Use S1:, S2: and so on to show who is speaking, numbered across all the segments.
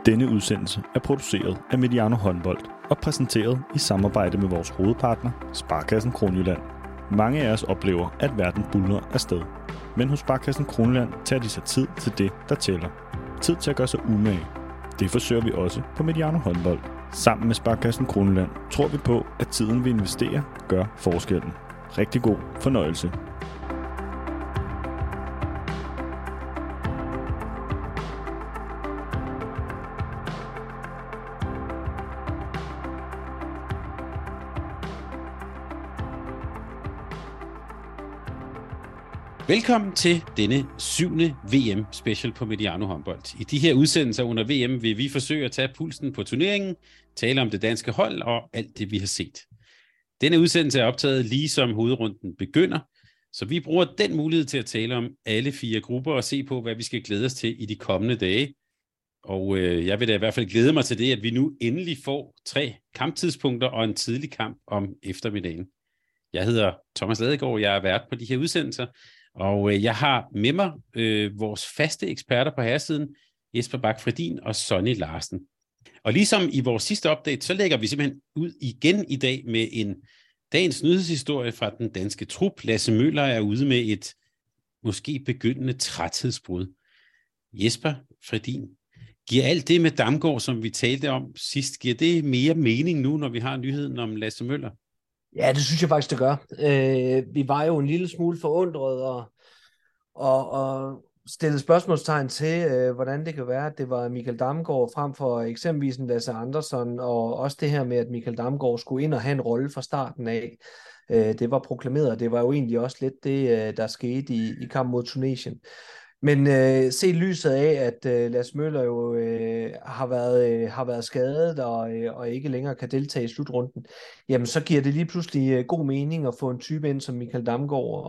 S1: Denne udsendelse er produceret af Mediano Håndbold og præsenteret i samarbejde med vores hovedpartner, Sparekassen Kronjylland. Mange af os oplever, at verden buldrer afsted. Men hos Sparekassen Kronjylland tager de sig tid til det, der tæller. Tid til at gøre sig umage. Det forsøger vi også på Mediano Håndbold. Sammen med Sparekassen Kronjylland tror vi på, at tiden vi investerer gør forskellen. Rigtig god fornøjelse.
S2: Velkommen til denne 7. VM-special på Mediano Håndbold. I de her udsendelser under VM vil vi forsøge at tage pulsen på turneringen, tale om det danske hold og alt det, vi har set. Denne udsendelse er optaget lige som hovedrunden begynder, så vi bruger den mulighed til at tale om alle 4 grupper og se på, hvad vi skal glæde os til i de kommende dage. Og jeg vil da i hvert fald glæde mig til det, at vi nu endelig får 3 kamptidspunkter og en tidlig kamp om eftermiddagen. Jeg hedder Thomas Ladegaard, jeg er vært på de her udsendelser, og jeg har med mig vores faste eksperter på herresiden, Jesper Bak Fredin og Sonny Larsen. Og ligesom i vores sidste update, så lægger vi simpelthen ud igen i dag med en dagens nyhedshistorie fra den danske trup. Lasse Møller er ude med et måske begyndende træthedsbrud. Jesper Fredin, giver alt det med Damgaard, som vi talte om sidst, giver det mere mening nu, når vi har nyheden om Lasse Møller?
S3: Ja, det synes jeg faktisk, det gør. Vi var jo en lille smule forundret og stillede spørgsmålstegn til, hvordan det kan være, at det var Michael Damgaard frem for eksempelvis en Lasse Andersson, og også det her med, at Michael Damgaard skulle ind og have en rolle fra starten af. Det var proklameret, og det var jo egentlig også lidt det, der skete i kamp mod Tunesien. Men se lyset af, at Lasse Møller jo har været skadet og ikke længere kan deltage i slutrunden, jamen så giver det lige pludselig god mening at få en type ind som Michael Damgaard,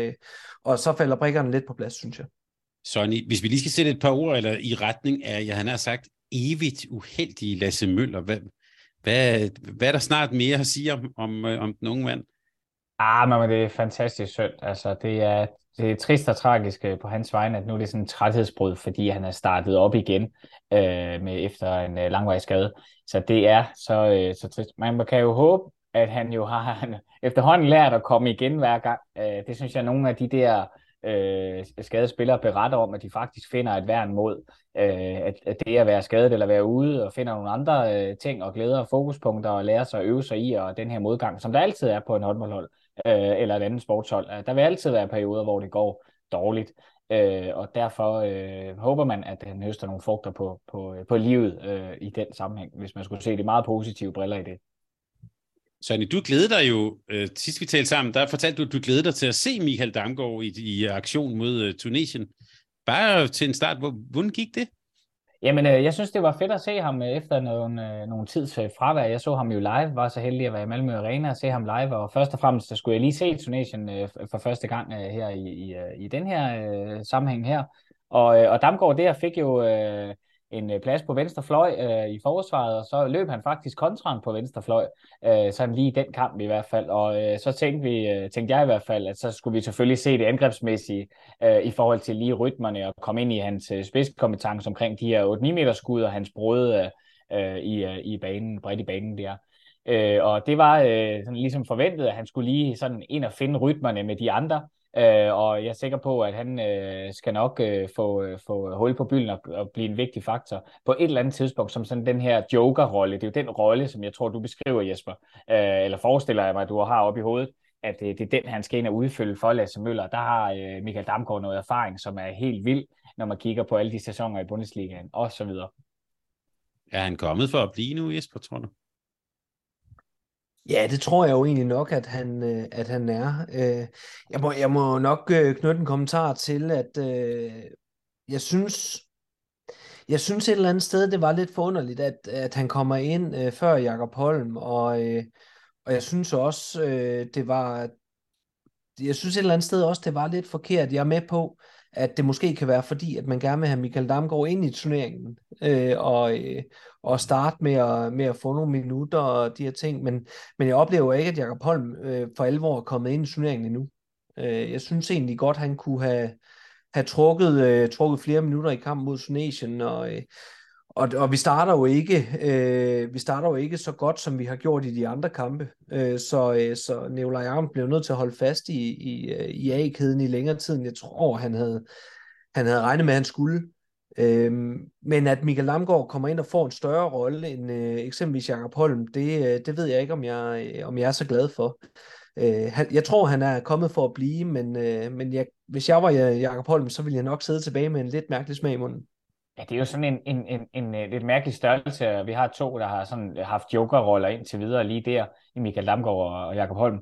S3: og så falder brikkerne lidt på plads, synes jeg.
S2: Sonny, hvis vi lige skal sætte et par ord eller i retning af, han har sagt, evigt uheldige Lasse Møller, hvad er der snart mere at sige om den unge mand?
S4: Men det er fantastisk synd. Altså, det er trist og tragisk på hans vegne, at nu er det sådan en træthedsbrud, fordi han er startet op igen med efter en langvarig skade. Så det er så trist. Man kan jo håbe, at han jo har efterhånden lært at komme igen hver gang. Det synes jeg, nogle af de der skadespillere beretter om, at de faktisk finder et værn mod at det at være skadet eller være ude, og finder nogle andre ting og glæder og fokuspunkter og lærer sig at øve sig i, og den her modgang, som der altid er på en håndboldhold eller et andet sportshold. Der vil altid være perioder, hvor det går dårligt, og derfor håber man, at han høster nogle frugter på livet i den sammenhæng, hvis man skulle se de meget positive briller i det.
S2: Sonny, du glæder dig jo, sidst vi talte sammen, der fortalte du, at du glæder dig til at se Michael Damgaard i aktion mod Tunesien. Bare til en start, hvordan gik det?
S4: Jamen, jeg synes, det var fedt at se ham efter nogle tids fravær. Jeg så ham jo live, var så heldig at være i Malmø Arena og se ham live, og først og fremmest så skulle jeg lige se Tunesien for første gang her i den her sammenhæng her. Og Damgaard der fik jo en plads på venstre fløj i forsvaret, og så løb han faktisk kontraen på venstre fløj, sådan lige i den kamp i hvert fald, og så tænkte jeg i hvert fald, at så skulle vi selvfølgelig se det angrebsmæssige i forhold til lige rytmerne og komme ind i hans spidskompetence omkring de her 8-9 meter skud og hans brud i banen, bredt i banen der. Og det var sådan ligesom forventet, at han skulle lige sådan ind og finde rytmerne med de andre, og jeg er sikker på, at han skal nok få hul på bylden og blive en vigtig faktor på et eller andet tidspunkt, som sådan den her joker-rolle. Det er jo den rolle, som jeg tror, du beskriver, Jesper, eller forestiller jeg mig, at du har oppe i hovedet, at det er den, han skal ind og udfylde for Lasse Møller. Der har Michael Damgaard noget erfaring, som er helt vild, når man kigger på alle de sæsoner i Bundesligaen, og så videre.
S2: Er han kommet for at blive nu, Jesper, tror du?
S3: Ja, det tror jeg jo egentlig nok, at han er. Jeg må nok knytte en kommentar til, at jeg synes et eller andet sted, det var lidt forunderligt, at han kommer ind før Jakob Holm, og jeg synes også, jeg synes et eller andet sted også, det var lidt forkert. Jeg er med på, at det måske kan være fordi, at man gerne vil have Michael Damgaard ind i turneringen, og starte med at få nogle minutter og de her ting, men jeg oplever ikke, at Jakob Holm for alvor er kommet ind i turneringen endnu. Jeg synes egentlig godt, han kunne have trukket flere minutter i kampen mod Tunesien, Og vi starter jo ikke så godt, som vi har gjort i de andre kampe. Så Nicolai Arm blev nødt til at holde fast i A-kæden i længere tid, end jeg tror, han havde regnet med, at han skulle. Men at Michael Damgaard kommer ind og får en større rolle end eksempelvis Jakob Holm, det ved jeg ikke, om jeg er så glad for. Jeg tror, han er kommet for at blive, men hvis jeg var Jakob Holm, så ville jeg nok sidde tilbage med en lidt mærkelig smag i munden.
S4: Ja, det er jo sådan en lidt mærkelig størrelse. Vi har to, der har sådan haft jokerroller indtil videre lige der, i Michael Damgaard og Jakob Holm.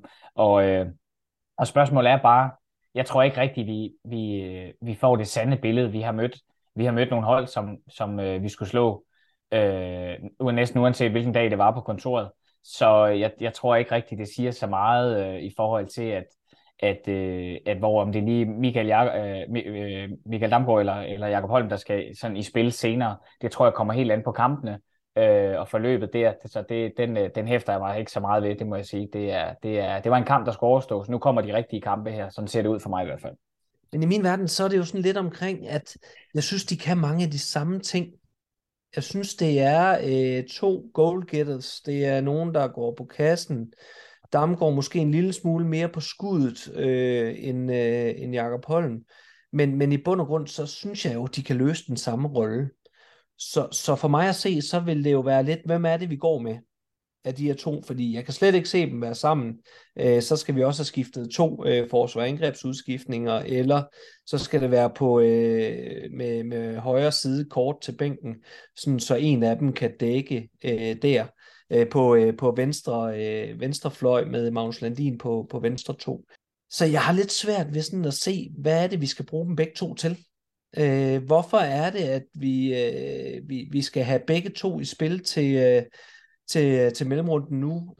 S4: Og spørgsmålet er bare, jeg tror ikke rigtigt, vi får det sande billede. Vi har mødt nogle hold, som vi skulle slå, næsten uanset hvilken dag det var på kontoret. Så jeg tror ikke rigtigt, det siger så meget i forhold til, at hvor om det er lige Michael Damgaard eller Jakob Holm, der skal sådan i spil senere, det tror jeg kommer helt an på kampene og forløbet der. Så den hæfter jeg mig ikke så meget ved, det må jeg sige. Det var en kamp, der skulle overstås. Nu kommer de rigtige kampe her, sådan ser det ud for mig i hvert fald.
S3: Men i min verden, så er det jo sådan lidt omkring, at jeg synes, de kan mange af de samme ting. Jeg synes, det er 2 goalgetters. Det er nogen, der går på kassen. Damgaard måske en lille smule mere på skuddet end Jakob Holm. Men i bund og grund, så synes jeg jo, de kan løse den samme rolle. Så for mig at se, så vil det jo være lidt, hvem er det, vi går med af de her to? Fordi jeg kan slet ikke se dem være sammen. Så skal vi også have skiftet 2 forsvar- og angrebsudskiftninger, eller så skal det være på med højre side kort til bænken, sådan så en af dem kan dække der. På venstre fløj med Magnus Landin på venstre 2. Så jeg har lidt svært ved sådan at se, hvad er det, vi skal bruge dem begge to til? Hvorfor er det, at vi skal have begge to i spil til mellemrunden nu,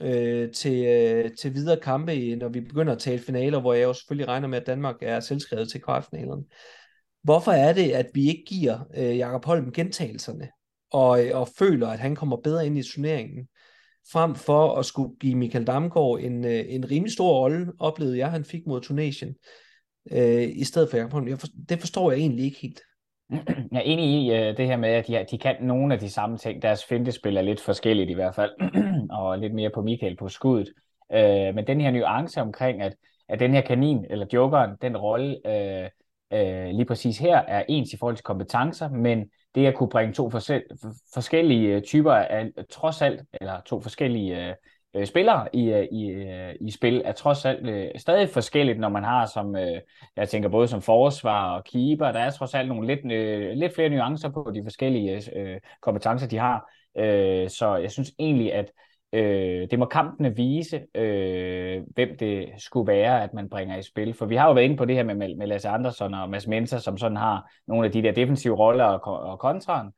S3: til videre kampe, når vi begynder at tale finaler, hvor jeg jo selvfølgelig regner med, at Danmark er selvskrevet til kvartfinalerne. Hvorfor er det, at vi ikke giver Jakob Holm gentagelserne, og føler, at han kommer bedre ind i turneringen, frem for at skulle give Michael Damgaard en rimelig stor rolle, oplevede jeg, han fik mod Tunesien, i stedet for Jakob Holm. Det forstår jeg egentlig ikke helt.
S4: Jeg er enig i det her med, at de kan nogle af de samme ting. Deres fintespil er lidt forskelligt i hvert fald, og lidt mere på Michael på skuddet. Men den her nuance omkring, at den her kanin, eller jokeren, den rolle lige præcis her, er ens i forhold til kompetencer, men det at kunne bringe 2 forskellige typer af trods alt, eller 2 forskellige spillere i spil, er trods alt stadig forskelligt, når man har som, jeg tænker både som forsvar og keeper, der er trods alt nogle lidt flere nuancer på de forskellige kompetencer, de har. Så jeg synes egentlig, at det må kampene vise, hvem det skulle være, at man bringer i spil. For vi har jo været inde på det her med Lasse Andersson og Mads Mensah, som sådan har nogle af de der defensive roller og kontraen,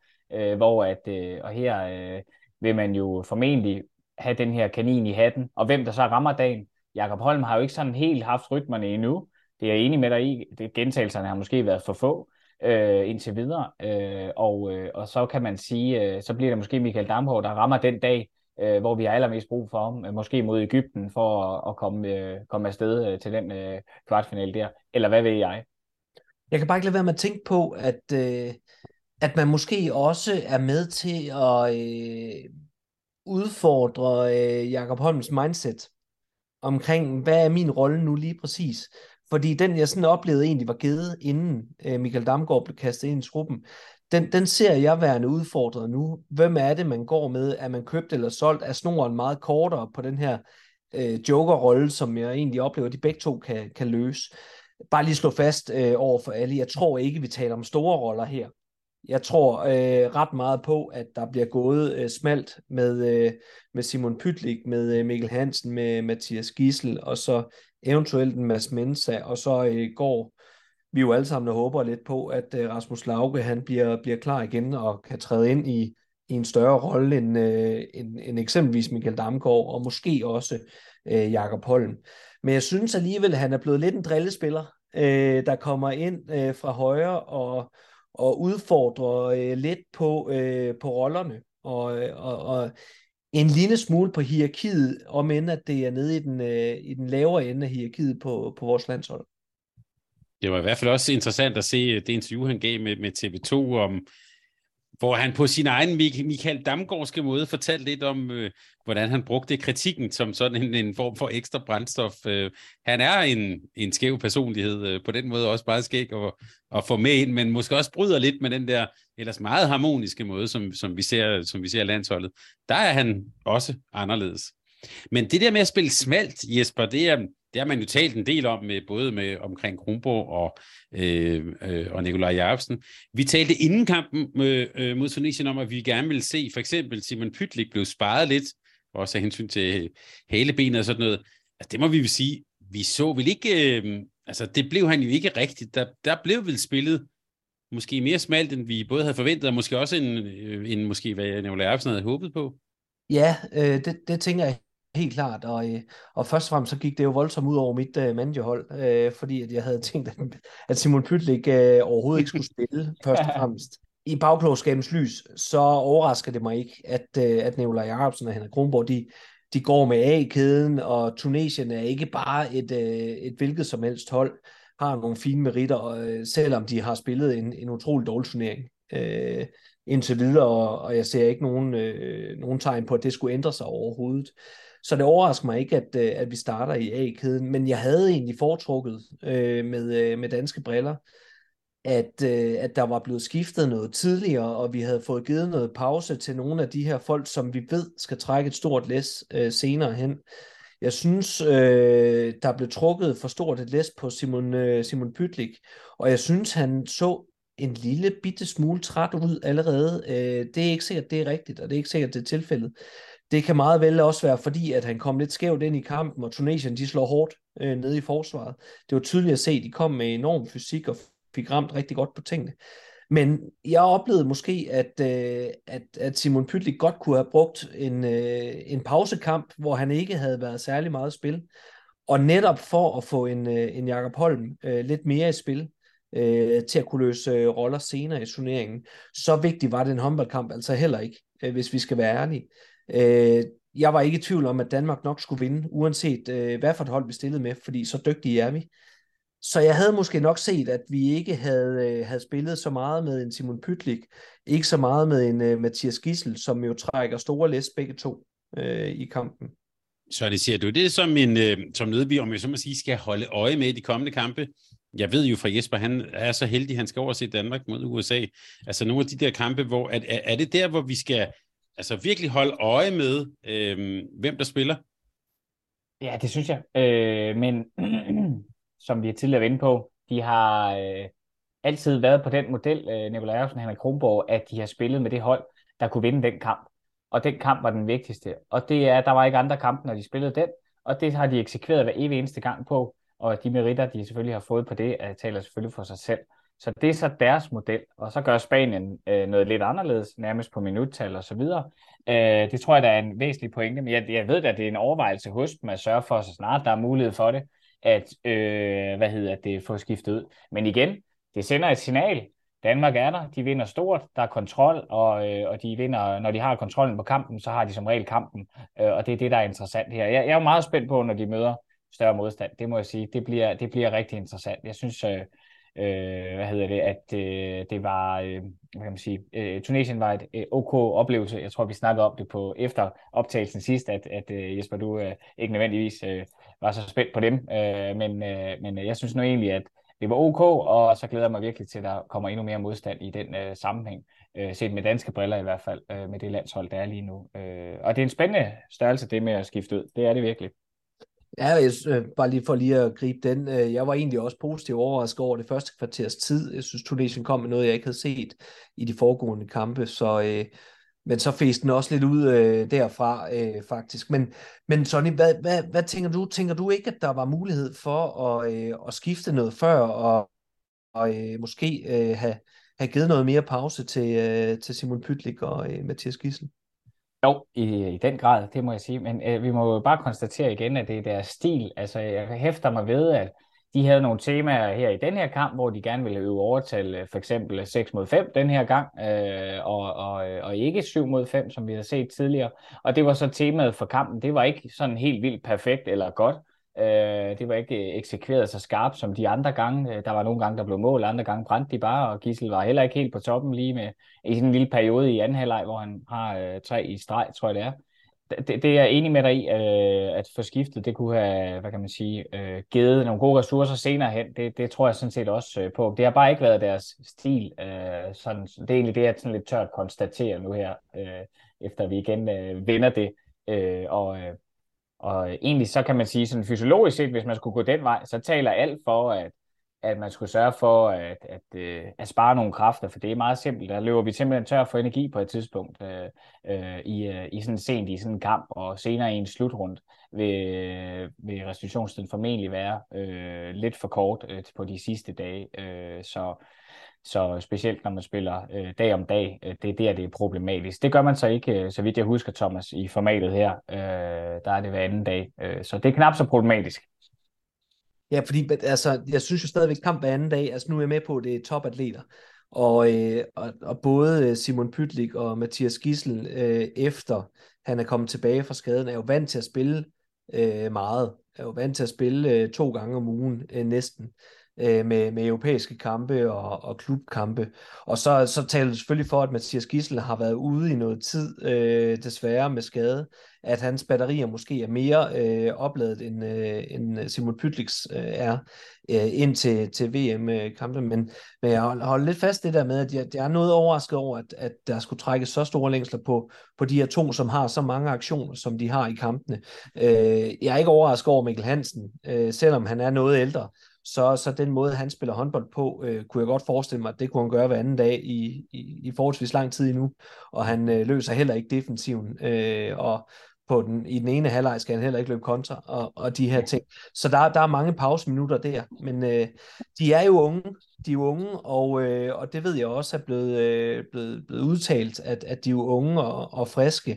S4: og her vil man jo formentlig have den her kanin i hatten, og hvem der så rammer dagen. Jakob Holm har jo ikke sådan helt haft rytmerne endnu. Det er jeg enig med dig i. Gentagelserne har måske været for få indtil videre, og så kan man sige, så bliver det måske Michael Damgaard, der rammer den dag, hvor vi har allermest brug for ham, måske mod Egypten, for at komme afsted til den kvartfinale der. Eller hvad ved jeg?
S3: Jeg kan bare ikke lade være med at tænke på, at man måske også er med til at udfordre Jakob Holms mindset omkring, hvad er min rolle nu lige præcis? Fordi den, jeg sådan oplevede egentlig var givet, inden Michael Damgaard blev kastet ind i truppen, den ser jeg værende udfordret nu. Hvem er det, man går med? Er man købt eller solgt? Er snoren meget kortere på den her joker-rolle, som jeg egentlig oplever, at de begge to kan løse? Bare lige slå fast over for alle. Jeg tror ikke, vi taler om store roller her. Jeg tror ret meget på, at der bliver gået smalt med Simon Pytlik, med Mikkel Hansen, med Mathias Gidsel, og så eventuelt en Mads Mensah, og så går vi jo alle sammen og håber lidt på, at Rasmus Lauge han bliver klar igen og kan træde ind i en større rolle end eksempelvis Michael Damgaard, og måske også Jakob Holm. Men jeg synes alligevel, at han er blevet lidt en drillespiller, der kommer ind fra højre og udfordrer lidt på rollerne, og en lille smule på hierarkiet, om end at det er nede i den lavere ende af hierarkiet på vores landshold.
S2: Det var i hvert fald også interessant at se det interview, han gav med TV2 om, hvor han på sin egen Michael Damgaardske måde fortalte lidt om, hvordan han brugte kritikken som sådan en form for ekstra brændstof. Han er en skæv personlighed, på den måde også bare skæg at få med ind, men måske også bryder lidt med den der ellers meget harmoniske måde, som vi ser landsholdet. Der er han også anderledes. Men det der med at spille smalt, Jesper, det har man jo talt en del om, både omkring Kronborg og Nikolaj Jacobsen. Vi talte inden kampen mod Tunesien om, at vi gerne ville se, for eksempel Simon Pytlik blev sparet lidt, også af hensyn til halebenet og sådan noget. Altså, det må vi vil sige, vi så vel ikke, det blev han jo ikke rigtigt. Der blev vel spillet måske mere smalt, end vi både havde forventet, og måske også en måske hvad Nikolaj Jacobsen havde håbet på.
S3: Ja, det tænker jeg helt klart, og først og fremmest så gik det jo voldsomt ud over mit managerhold, fordi at jeg havde tænkt, at Simon Pytlik overhovedet ikke skulle spille, først og fremmest. I bagklogskabens lys, så overrasker det mig ikke, at Nikolaj Jacobsen og Henrik Kronborg, de går med A-kæden, og Tunesien er ikke bare et hvilket som helst hold, har nogle fine meritter, selvom de har spillet en utrolig dårlig turnering indtil videre, og jeg ser ikke nogen tegn på, at det skulle ændre sig overhovedet. Så det overrasker mig ikke, at vi starter i A-kæden, men jeg havde egentlig foretrukket med danske briller, at der var blevet skiftet noget tidligere, og vi havde fået givet noget pause til nogle af de her folk, som vi ved skal trække et stort læs senere hen. Jeg synes, der blev trukket for stort et læs på Simon Pytlik, og jeg synes, han så en lille bitte smule træt ud allerede. Det er ikke sikkert, det er rigtigt, og det er ikke sikkert, det er tilfældet. Det kan meget vel også være fordi, at han kom lidt skævt ind i kampen, og Tunesien, de slår hårdt nede i forsvaret. Det var tydeligt at se, at de kom med enorm fysik og fik ramt rigtig godt på tingene. Men jeg oplevede måske, at Simon Pytlik godt kunne have brugt en pausekamp, hvor han ikke havde været særlig meget i spil. Og netop for at få en Jakob Holm lidt mere i spil, til at kunne løse roller senere i turneringen. Så vigtig var den håndboldkamp altså heller ikke, hvis vi skal være ærlige. Jeg var ikke i tvivl om, at Danmark nok skulle vinde, uanset hvad for et hold vi stillede med, fordi så dygtige er vi. Så jeg havde måske nok set, at vi ikke havde spillet så meget med en Simon Pytlik, ikke så meget med en Mathias Gidsel, som jo trækker store læs begge to i kampen.
S2: Så det siger du, det er som noget, vi om jeg så må sige, skal holde øje med i de kommende kampe. Jeg ved jo fra Jesper, han er så heldig, han skal overse Danmark mod USA. Altså nogle af de der kampe, hvor er det der, hvor vi skal virkelig holde øje med, hvem der spiller?
S4: Ja, det synes jeg. Men som vi har tidligere været inde på, de har altid været på den model, Nikolaj Jacobsen og Henrik Kronborg, at de har spillet med det hold, der kunne vinde den kamp. Og den kamp var den vigtigste. Og der var ikke andre kampe, når de spillede den. Og det har de eksekveret hver evig eneste gang på. Og de meritter, de selvfølgelig har fået på det, taler selvfølgelig for sig selv. Så det er så deres model. Og så gør Spanien noget lidt anderledes, nærmest på minuttal og så videre. Det tror jeg, der er en væsentlig pointe. Men jeg ved at det er en overvejelse hos dem at sørge for, så snart der er mulighed for det, at få skiftet ud. Men igen, det sender et signal. Danmark er der, de vinder stort, der er kontrol, og de vinder, når de har kontrollen på kampen, så har de som regel kampen, og det er det, der er interessant her. Jeg er jo meget spændt på, når de møder større modstand, det må jeg sige, det bliver rigtig interessant. Jeg synes, at det var, hvad kan man sige, Tunesien var et OK oplevelse. Jeg tror, vi snakkede om det på efter optagelsen sidst, at Jesper, du ikke nødvendigvis var så spændt på dem, men jeg synes nu egentlig, at det var OK, og så glæder jeg mig virkelig til, at der kommer endnu mere modstand i den sammenhæng, set med danske briller i hvert fald, med det landshold, der er lige nu. Og det er en spændende størrelse, det med at skifte ud. Det er det virkelig.
S3: Ja, bare lige for at gribe den. Jeg var egentlig også positivt overrasket over det første kvarters tid. Jeg synes, Tunesien kom med noget, jeg ikke havde set i de foregående kampe, men så fæste den også lidt ud derfra, faktisk. Men Sonny, hvad tænker du? Tænker du ikke, at der var mulighed for at skifte noget før, og måske have givet noget mere pause til Simon Pytlik og Mathias Gidsel?
S4: Jo, i den grad, det må jeg sige. Men vi må jo bare konstatere igen, at det er deres stil. Altså, jeg hæfter mig ved, at de havde nogle temaer her i den her kamp, hvor de gerne ville øve overtal, for eksempel 6 mod 5 den her gang, og ikke 7 mod 5, som vi har set tidligere. Og det var så temaet for kampen. Det var ikke sådan helt vildt perfekt eller godt, Det var ikke eksekveret så skarpt som de andre gange. Der var nogle gange, der blev mål, andre gange brændte de bare, og Gissel var heller ikke helt på toppen lige med i sådan en lille periode i anden halvleg, hvor han har 3 i streg, tror jeg det er. Det er jeg enig med dig i, at for skiftet, det kunne have, hvad kan man sige, givet nogle gode ressourcer senere hen. Det tror jeg sådan set også på. Det har bare ikke været deres stil. Sådan, det er egentlig det, jeg sådan lidt tørt konstaterer nu her, efter vi igen vinder det. Og egentlig så kan man sige, sådan fysiologisk set, hvis man skulle gå den vej, så taler alt for, at man skulle sørge for at spare nogle kræfter, for det er meget simpelt. Der løber vi simpelthen tør for energi på et tidspunkt i sådan sent i sådan en kamp, og senere i en slutrunde vil restitutionstiden formentlig være lidt for kort på de sidste dage. Så specielt når man spiller dag om dag, det er der, det er problematisk. Det gør man så ikke, så vidt jeg husker, Thomas, i formatet her. Der er det hver anden dag. Så det er knap så problematisk.
S3: Ja, fordi altså, jeg synes jo stadigvæk kamp hver anden dag, altså nu er jeg med på, at det er topatleter, og både Simon Pytlik og Mathias Gissel, efter han er kommet tilbage fra skaden, er jo vant til at spille meget, er jo vant til at spille 2 gange om ugen næsten, med europæiske kampe og klubkampe. Og så taler det selvfølgelig for, at Mathias Gissel har været ude i noget tid, desværre med skade, at hans batterier måske er mere opladet, end Simon Pytliks er ind til VM-kampen. Men jeg holder lidt fast det der med, at jeg er noget overrasket over, at der skulle trækkes så store længsler på de her 2, som har så mange aktioner, som de har i kampene. Jeg er ikke overrasket over Mikkel Hansen, selvom han er noget ældre. Så den måde, han spiller håndbold på, kunne jeg godt forestille mig, at det kunne han gøre hver anden dag i forholdsvis lang tid endnu. Og han løser heller ikke defensiven, og i den ene halvleg skal han heller ikke løbe kontra, og de her ting. Så der er mange pauseminutter der, men de er jo unge, og det ved jeg også er blevet udtalt, at de er jo unge og friske.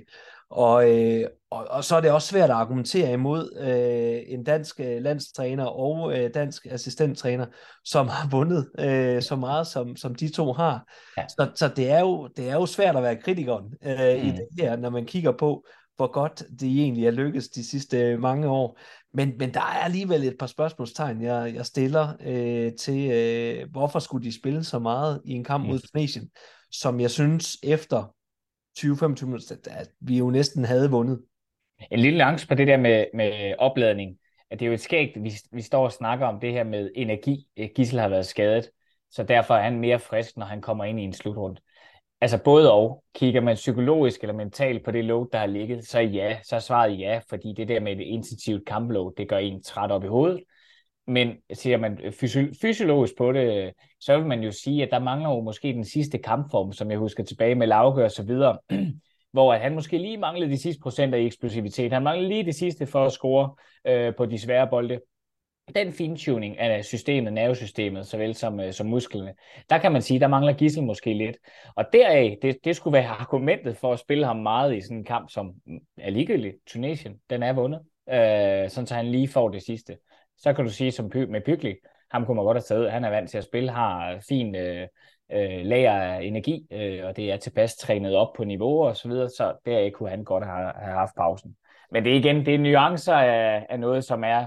S3: Og så er det også svært at argumentere imod en dansk landstræner og dansk assistenttræner, som har vundet så meget, som de 2 har. Ja. Så det er jo svært at være kritikeren i det her, når man kigger på, hvor godt det egentlig er lykkedes de sidste mange år. Men der er alligevel et par spørgsmålstegn, jeg stiller til, hvorfor skulle de spille så meget i en kamp mod Tunesien, som jeg synes efter 20-25 minutter, at vi jo næsten havde vundet.
S4: En lille nuance på det der med opladning. At det er jo et skægt, vi står og snakker om det her med energi. Gissel har været skadet, så derfor er han mere frisk, når han kommer ind i en slutrunde. Altså både og. Kigger man psykologisk eller mentalt på det load, der har ligget, så ja, så er svaret ja, fordi det der med et intensivt kampload, det gør en træt op i hovedet. Men ser man fysiologisk på det, så vil man jo sige, at der mangler jo måske den sidste kampform, som jeg husker tilbage med Lauke og så videre, hvor han måske lige manglede de sidste procenter i eksplosivitet. Han manglede lige det sidste for at score på de svære bolde. Den fintuning af systemet, nervesystemet, såvel som musklerne, der kan man sige, der mangler Gissel måske lidt. Og deraf, det skulle være argumentet for at spille ham meget i sådan en kamp, som er ligegyldigt. Tunesien, den er vundet, sådan så han lige får det sidste. Så kan du sige, som med Pytlik, ham kunne man godt have taget, han er vant til at spille, har fin lager af energi, og det er tilpas trænet op på niveau og så videre, så deraf kunne han godt have haft pausen. Men det er igen, det er nuancer af noget, som er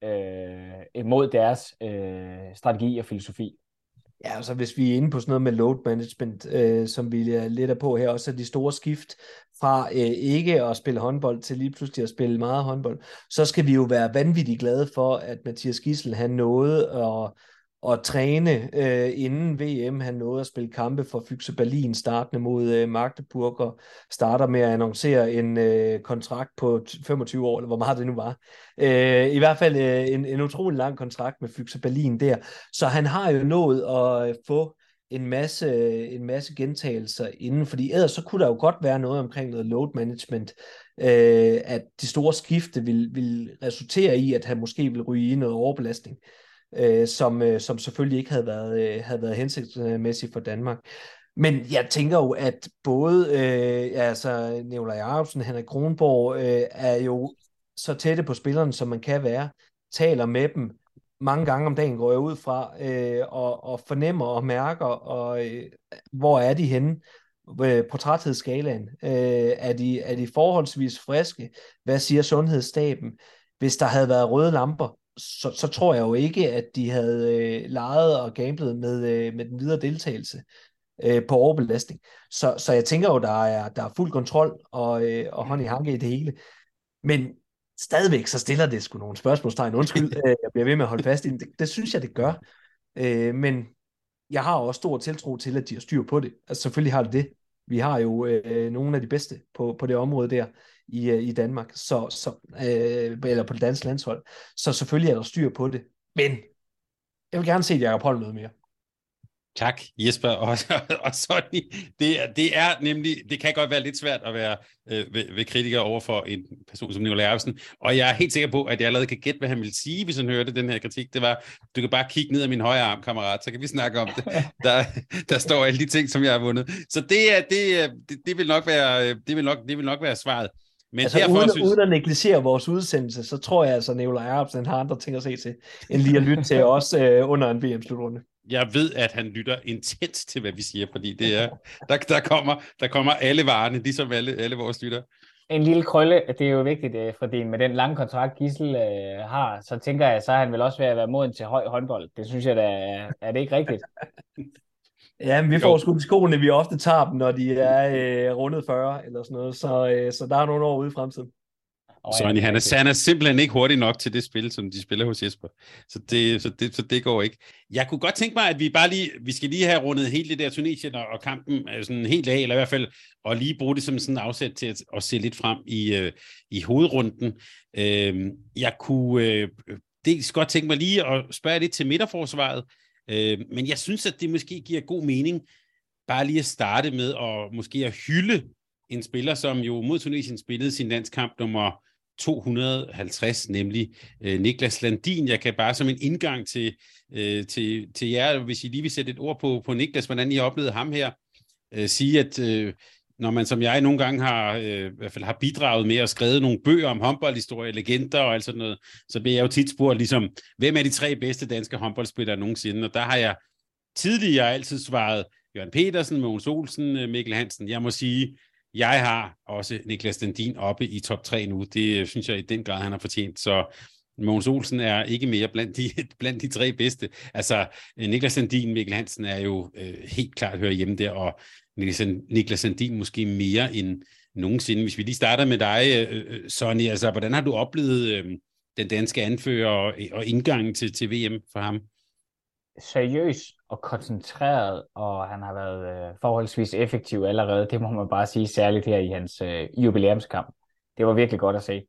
S4: imod deres strategi og filosofi.
S3: Ja, altså hvis vi er inde på sådan noget med load management, som vi lidt er på her, også er de store skift fra ikke at spille håndbold til lige pludselig at spille meget håndbold, så skal vi jo være vanvittigt glade for, at Mathias Gissel, han nåede at træne inden VM. Han nåede at spille kampe for Füchse Berlin, startende mod Magdeburg, og starter med at annoncere en kontrakt på 25 år, eller hvor meget det nu var. I hvert fald en utrolig lang kontrakt med Füchse Berlin der. Så han har jo nået at få en masse gentagelser inden, fordi ellers så kunne der jo godt være noget omkring noget load management, at de store skifte vil resultere i, at han måske vil ryge i noget overbelastning. Som selvfølgelig ikke havde været hensigtsmæssigt for Danmark. Men jeg tænker jo, at både Nikolaj Jacobsen, Henrik Kronborg er jo så tætte på spillerne, som man kan være, taler med dem mange gange om dagen, går jeg ud fra, og fornemmer og mærker, hvor er de henne på træthedsskalaen. Er de forholdsvis friske? Hvad siger sundhedsstaben? hvis der havde været røde lamper, så tror jeg jo ikke, at de havde leget og gamblet med den videre deltagelse på overbelastning. Så jeg tænker jo, der er fuld kontrol og hånd i hanke i det hele. Men stadigvæk, så stiller det sgu nogle spørgsmålstegn. Undskyld, jeg bliver ved med at holde fast i det. Det synes jeg, det gør. Men jeg har også stor tiltro til, at de har styr på det. Altså selvfølgelig har det. Vi har jo nogle af de bedste på det område der i Danmark, eller på det danske landshold. Så selvfølgelig er der styr på det. Men jeg vil gerne se Jakob Holm noget mere.
S2: Tak, Jesper og Sonny. Det er nemlig, det kan godt være lidt svært at være ved kritiker over for en person som Nicolai Erbsen, og jeg er helt sikker på, at jeg allerede kan gætte, hvad han vil sige, hvis han hørte den her kritik. Det var, du kan bare kigge ned af min højre arm, kammerat, så kan vi snakke om det. Der står alle de ting, som jeg har vundet. Så det vil nok være svaret. Men
S3: altså derfor, uden at negligere vores udsendelse, så tror jeg altså, at Nicolai Erbsen har andre ting at se til, end lige at lytte til os under en VM-slutrunde.
S2: Jeg ved, at han lytter intens til, hvad vi siger, fordi det er, der kommer alle varerne, ligesom alle vores lytter.
S4: En lille krølle, det er jo vigtigt, fordi med den lange kontrakt, Gissel har, så tænker jeg, så er han vel også ved at være moden til høj håndbold. Det synes jeg da, er det ikke rigtigt?
S3: Ja, men vi får sgu de skoene, vi ofte tager dem, når de er rundet 40 eller sådan noget, så der er nogle år ude i fremtiden.
S2: Sonny, han er simpelthen ikke hurtig nok til det spil, som de spiller hos Jesper. Så det går ikke. Jeg kunne godt tænke mig, at vi skal lige have rundet hele det der Tunesien og kampen sådan helt af, eller i hvert fald, og lige bruge det som sådan en afsæt til at se lidt frem i hovedrunden. Jeg kunne dels godt tænke mig lige at spørge lidt til midterforsvaret, men jeg synes, at det måske giver god mening bare lige at starte med at måske at hylde en spiller, som jo mod Tunesien spillede sin landskamp nummer 250, nemlig Niklas Landin. Jeg kan bare som en indgang til jer, hvis I lige vil sætte et ord på Niklas, hvordan I har oplevet ham her, sige, at når man som jeg nogle gange i hvert fald har bidraget med at skrive nogle bøger om håndboldhistorie, legender og alt sådan noget, så bliver jeg jo tit spurgt, ligesom, hvem er de 3 bedste danske håndboldspillere nogensinde? Og der har jeg tidligere altid svaret Jørgen Petersen, Mogens Olsen, Mikkel Hansen. Jeg må sige, jeg har også Niklas Landin oppe i top 3 nu. Det synes jeg i den grad, han har fortjent. Så Mogens Olsen er ikke mere blandt de 3 bedste. Altså, Niklas Landin, Mikkel Hansen er jo helt klart hører hjemme der, og Niklas Landin måske mere end nogensinde. Hvis vi lige starter med dig, Sonny, altså, hvordan har du oplevet den danske anfører og indgangen til VM for ham?
S4: Seriøs og koncentreret, og han har været forholdsvis effektiv allerede. Det må man bare sige, særligt her i hans jubilæumskamp. Det var virkelig godt at se.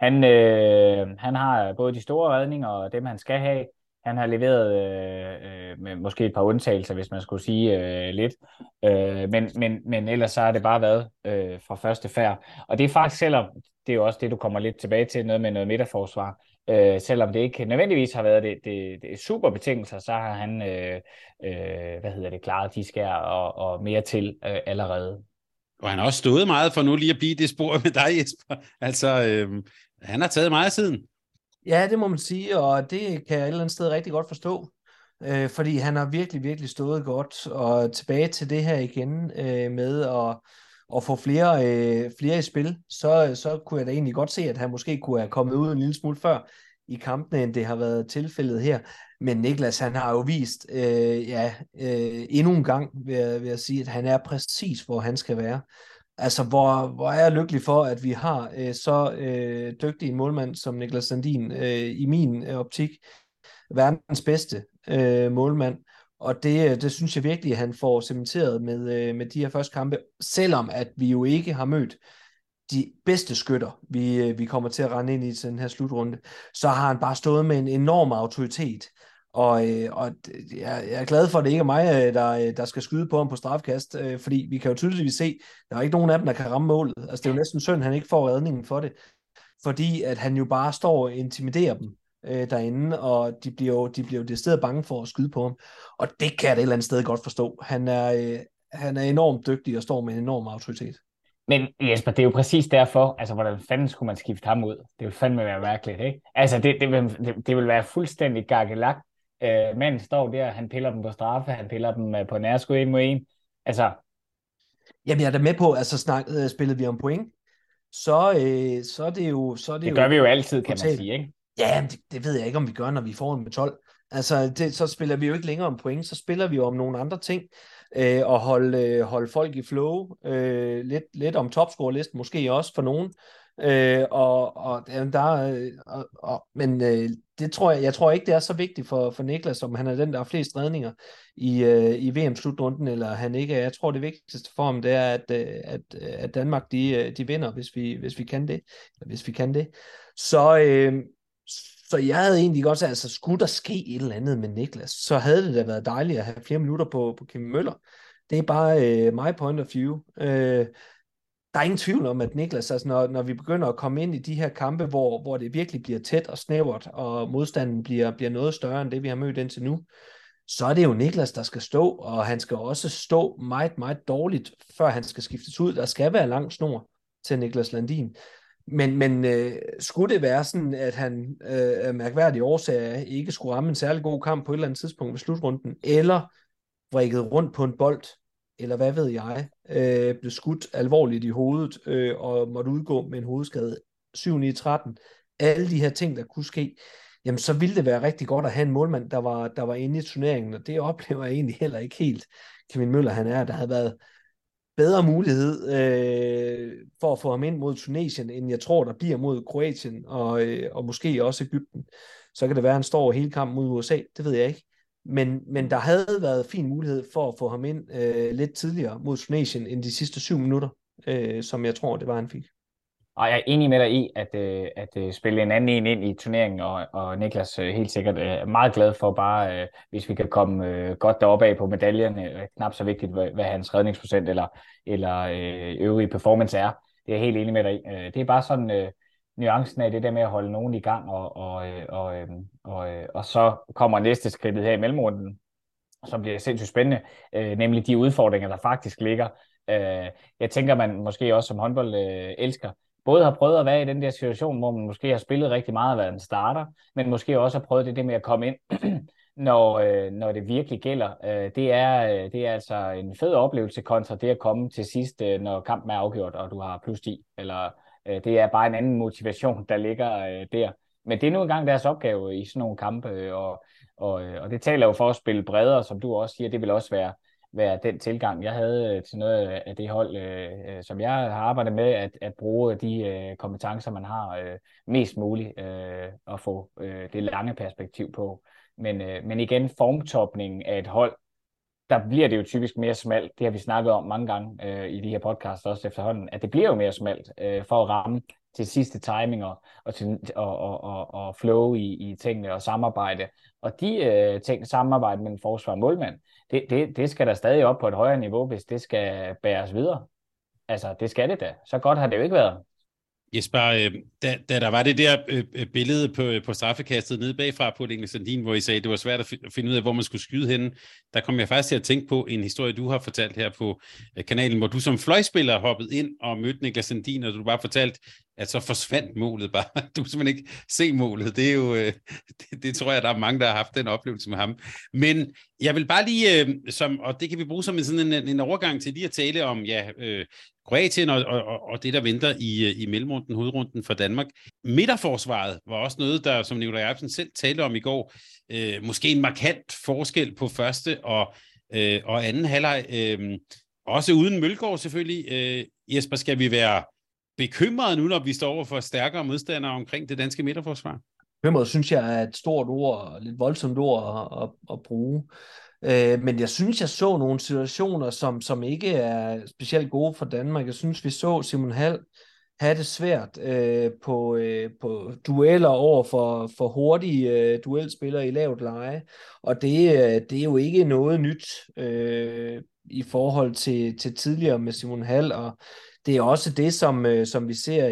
S4: Han har både de store redninger og dem, han skal have. Han har leveret med måske et par undtagelser, hvis man skulle sige lidt. Men ellers så har det bare været fra første færd. Og det er faktisk, selvom det er jo også det, du kommer lidt tilbage til, noget med noget midterforsvar. Selvom det ikke nødvendigvis har været det super betingelser, så har han klaret de skær og mere til allerede.
S2: Og han har også stået meget for nu lige at blive det spor med dig, Jesper. Altså, han har taget meget siden.
S3: Ja, det må man sige, og det kan jeg et eller andet sted rigtig godt forstå. Fordi han har virkelig, virkelig stået godt, og tilbage til det her igen med at få flere i spil, så kunne jeg da egentlig godt se, at han måske kunne have kommet ud en lille smule før i kampene, end det har været tilfældet her. Men Niklas, han har jo vist endnu en gang, vil jeg sige, at han er præcis, hvor han skal være. Altså, hvor er jeg lykkelig for, at vi har så dygtig en målmand som Niklas Landin, i min optik, verdens bedste målmand. Og det synes jeg virkelig, at han får cementeret med de her første kampe, selvom at vi jo ikke har mødt de bedste skytter, vi kommer til at rende ind i den her slutrunde, så har han bare stået med en enorm autoritet. Og jeg er glad for, at det ikke er mig, der skal skyde på ham på strafkast, fordi vi kan jo tydeligvis se, der er ikke nogen af dem, der kan ramme målet. Altså, det er jo næsten synd, at han ikke får redningen for det, fordi at han jo bare står og intimiderer dem derinde, og de bliver jo decideret bange for at skyde på ham. Og det kan jeg da et eller andet sted godt forstå. Han er enormt dygtig og står med en enorm autoritet.
S4: Men Jesper, det er jo præcis derfor, altså hvordan fanden skulle man skifte ham ud? Det vil fandme være mærkeligt, ikke? Altså det vil være fuldstændig gakkelak. Manden står der, han piller dem på straffe, han piller dem på nærskud 1 mod 1. Altså.
S3: Jamen jeg er da med på, altså spillede vi om point, så er det jo
S4: Det gør vi jo altid, kan man
S3: totalt.
S4: sige, ikke?
S3: Ja, det ved jeg ikke, om vi gør, når vi får en med 12. Altså, så spiller vi jo ikke længere om point, så spiller vi jo om nogle andre ting, og holde folk i flow, lidt om topscore-listen måske også for nogen. Men det jeg tror ikke, det er så vigtigt for Niklas, om han er den, der har flest redninger i VM-slutrunden, eller han ikke er. Jeg tror, det vigtigste for ham, det er, at Danmark, de vinder, hvis vi kan det. Eller hvis vi kan det. Så jeg havde egentlig godt sagt, altså skulle der ske et eller andet med Niklas, så havde det da været dejligt at have flere minutter på Kim Møller. Det er bare my point of view. Der er ingen tvivl om, at Niklas, altså når vi begynder at komme ind i de her kampe, hvor det virkelig bliver tæt og snævert, og modstanden bliver noget større end det, vi har mødt indtil nu, så er det jo Niklas, der skal stå, og han skal også stå meget, meget dårligt, før han skal skiftes ud. Der skal være lang snor til Niklas Landin. Men skulle det være sådan, at han af mærkværdige årsager ikke skulle ramme en særlig god kamp på et eller andet tidspunkt ved slutrunden, eller vrikket rundt på en bold, eller hvad ved jeg, blev skudt alvorligt i hovedet, og måtte udgå med en hovedskade 7-9-13, alle de her ting, der kunne ske, jamen så ville det være rigtig godt at have en målmand, der var inde i turneringen, og det oplever jeg egentlig heller ikke helt, Kevin Møller han er. Der havde været bedre mulighed for at få ham ind mod Tunesien, end jeg tror, der bliver mod Kroatien, og måske også Egypten. Så kan det være, at han står hele kampen mod USA, det ved jeg ikke. Men der havde været fin mulighed for at få ham ind lidt tidligere mod Tunesien end de sidste 7 minutter, som jeg tror, det var, han fik.
S4: Og jeg er enig med dig i, at spille en anden ind i turneringen, og Niklas helt sikkert er meget glad for bare, hvis vi kan komme godt deroppe af på medaljerne. Knap så vigtigt, hvad hans redningsprocent eller øvrige performance er. Det er jeg helt enig med dig i. Det er bare sådan nuancen af det der med at holde nogen i gang, og så kommer næste skridtet her i mellemrunden, som bliver sindssygt spændende, nemlig de udfordringer, der faktisk ligger. Jeg tænker, man måske også som håndbold elsker, både har prøvet at være i den der situation, hvor man måske har spillet rigtig meget og været en starter, men måske også har prøvet det med at komme ind, når det virkelig gælder. Det er altså en fed oplevelse kontra det at komme til sidst, når kampen er afgjort, og du har plus 10. Eller det er bare en anden motivation, der ligger der. Men det er nu engang deres opgave i sådan nogle kampe, og det taler jo for at spille bredere, som du også siger. Det vil også være den tilgang, jeg havde til noget af det hold, som jeg har arbejdet med, at bruge de kompetencer, man har mest muligt, og få det lange perspektiv på. Men igen, formtopningen af et hold, der bliver det jo typisk mere smalt. Det har vi snakket om mange gange i de her podcasts også efterhånden, at det bliver jo mere smalt for at ramme til sidste timing og flow i tingene og samarbejde. Og de ting, samarbejde mellem forsvar og målmand, det skal der stadig op på et højere niveau, hvis det skal bæres videre. Altså, det skal det da. Så godt har det jo ikke været.
S2: Jesper, da der var det der billede på straffekastet nede bagfra på Niklas Landin, hvor I sagde, at det var svært at finde ud af, hvor man skulle skyde henne, der kom jeg faktisk til at tænke på en historie, du har fortalt her på kanalen, hvor du som fløjspiller hoppede ind og mødte Niklas Landin, og du bare fortalte, at så forsvandt målet bare. Du kunne simpelthen ikke se målet. Det er jo, det tror jeg, der er mange, der har haft den oplevelse med ham. Men jeg vil bare lige, og det kan vi bruge som en overgang til lige at tale om, Kroatien og det, der venter i mellemrunden, hovedrunden for Danmark. Midterforsvaret var også noget, der, som Nikolaj Eibsen selv talte om i går, måske en markant forskel på første og anden halvleg. Også uden Mølgaard selvfølgelig. Jesper, skal vi være bekymrede nu, når vi står over for stærkere modstandere omkring det danske midterforsvar?
S3: Bekymret synes jeg er et stort ord, lidt voldsomt ord at bruge. Men jeg synes, jeg så nogle situationer, som ikke er specielt gode for Danmark. Jeg synes, vi så Simon Hald have det svært på dueller over for hurtige duelspillere i lavt leje. Og det er jo ikke noget nyt i forhold til tidligere med Simon Hald, og det er også det, som vi ser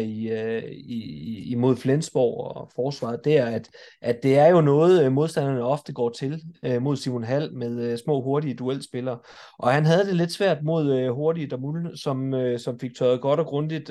S3: imod Flensborg og forsvaret, det er, at det er jo noget, modstanderne ofte går til mod Simon Hald med små, hurtige duelspillere. Og han havde det lidt svært mod hurtige Damul, som fik tørret godt og grundigt.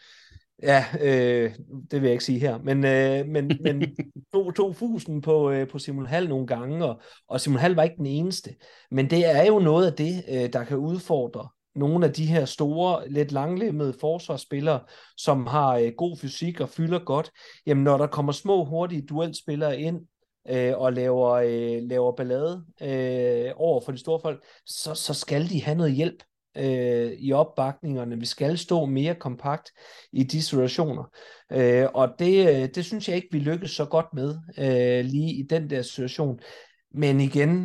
S3: Det vil jeg ikke sige her, men tog fusen på Simon Hald nogle gange, og Simon Hald var ikke den eneste. Men det er jo noget af det, der kan udfordre nogle af de her store, lidt langlemmede forsvarsspillere, som har god fysik og fylder godt, jamen når der kommer små, hurtige duelspillere ind, og laver ballade over for de store folk, så skal de have noget hjælp i opbakningerne. Vi skal stå mere kompakt i de situationer. Og det synes jeg ikke, vi lykkes så godt med lige i den der situation. Men igen,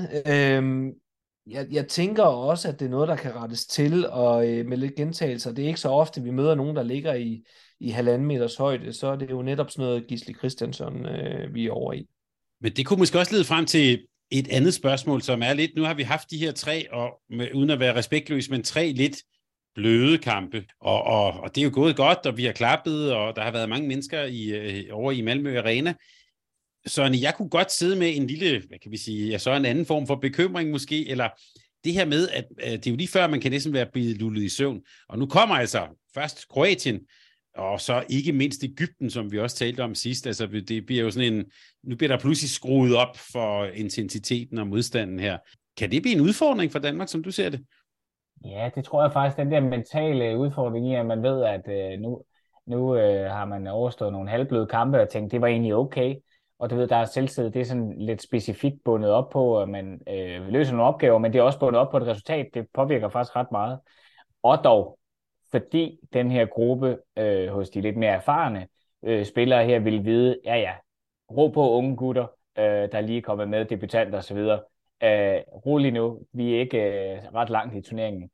S3: jeg tænker også, at det er noget, der kan rettes til, og med lidt gentagelser. Det er ikke så ofte, vi møder nogen, der ligger i 1,5 meters højde, så er det jo netop sådan noget Gisli Christiansen, vi er over i. Men
S2: det kunne måske også lede frem til et andet spørgsmål, som er lidt, nu har vi haft de her 3, og uden at være respektløs, men 3 lidt bløde kampe, og det er jo gået godt, og vi har klappet, og der har været mange mennesker over i Malmø Arena. Så jeg kunne godt sidde med en lille, hvad kan vi sige, så en anden form for bekymring måske, eller det her med, at det er jo lige før, man kan næsten være blevet lullet i søvn. Og nu kommer altså først Kroatien, og så ikke mindst Egypten, som vi også talte om sidst. Altså det bliver jo sådan nu bliver der pludselig skruet op for intensiteten og modstanden her. Kan det blive en udfordring for Danmark, som du ser det?
S4: Ja, det tror jeg faktisk, den der mentale udfordring i, at man ved, at nu har man overstået nogle halvbløde kampe og tænkt, det var egentlig okay. Og du ved, der er selvtid, det er sådan lidt specifikt bundet op på, at man løser nogle opgaver, men det er også bundet op på et resultat. Det påvirker faktisk ret meget. Og dog, fordi den her gruppe hos de lidt mere erfarne spillere her vil vide, ro på unge gutter, der lige er kommet med, debutanter osv. Rolig nu, vi er ikke ret langt i turneringen.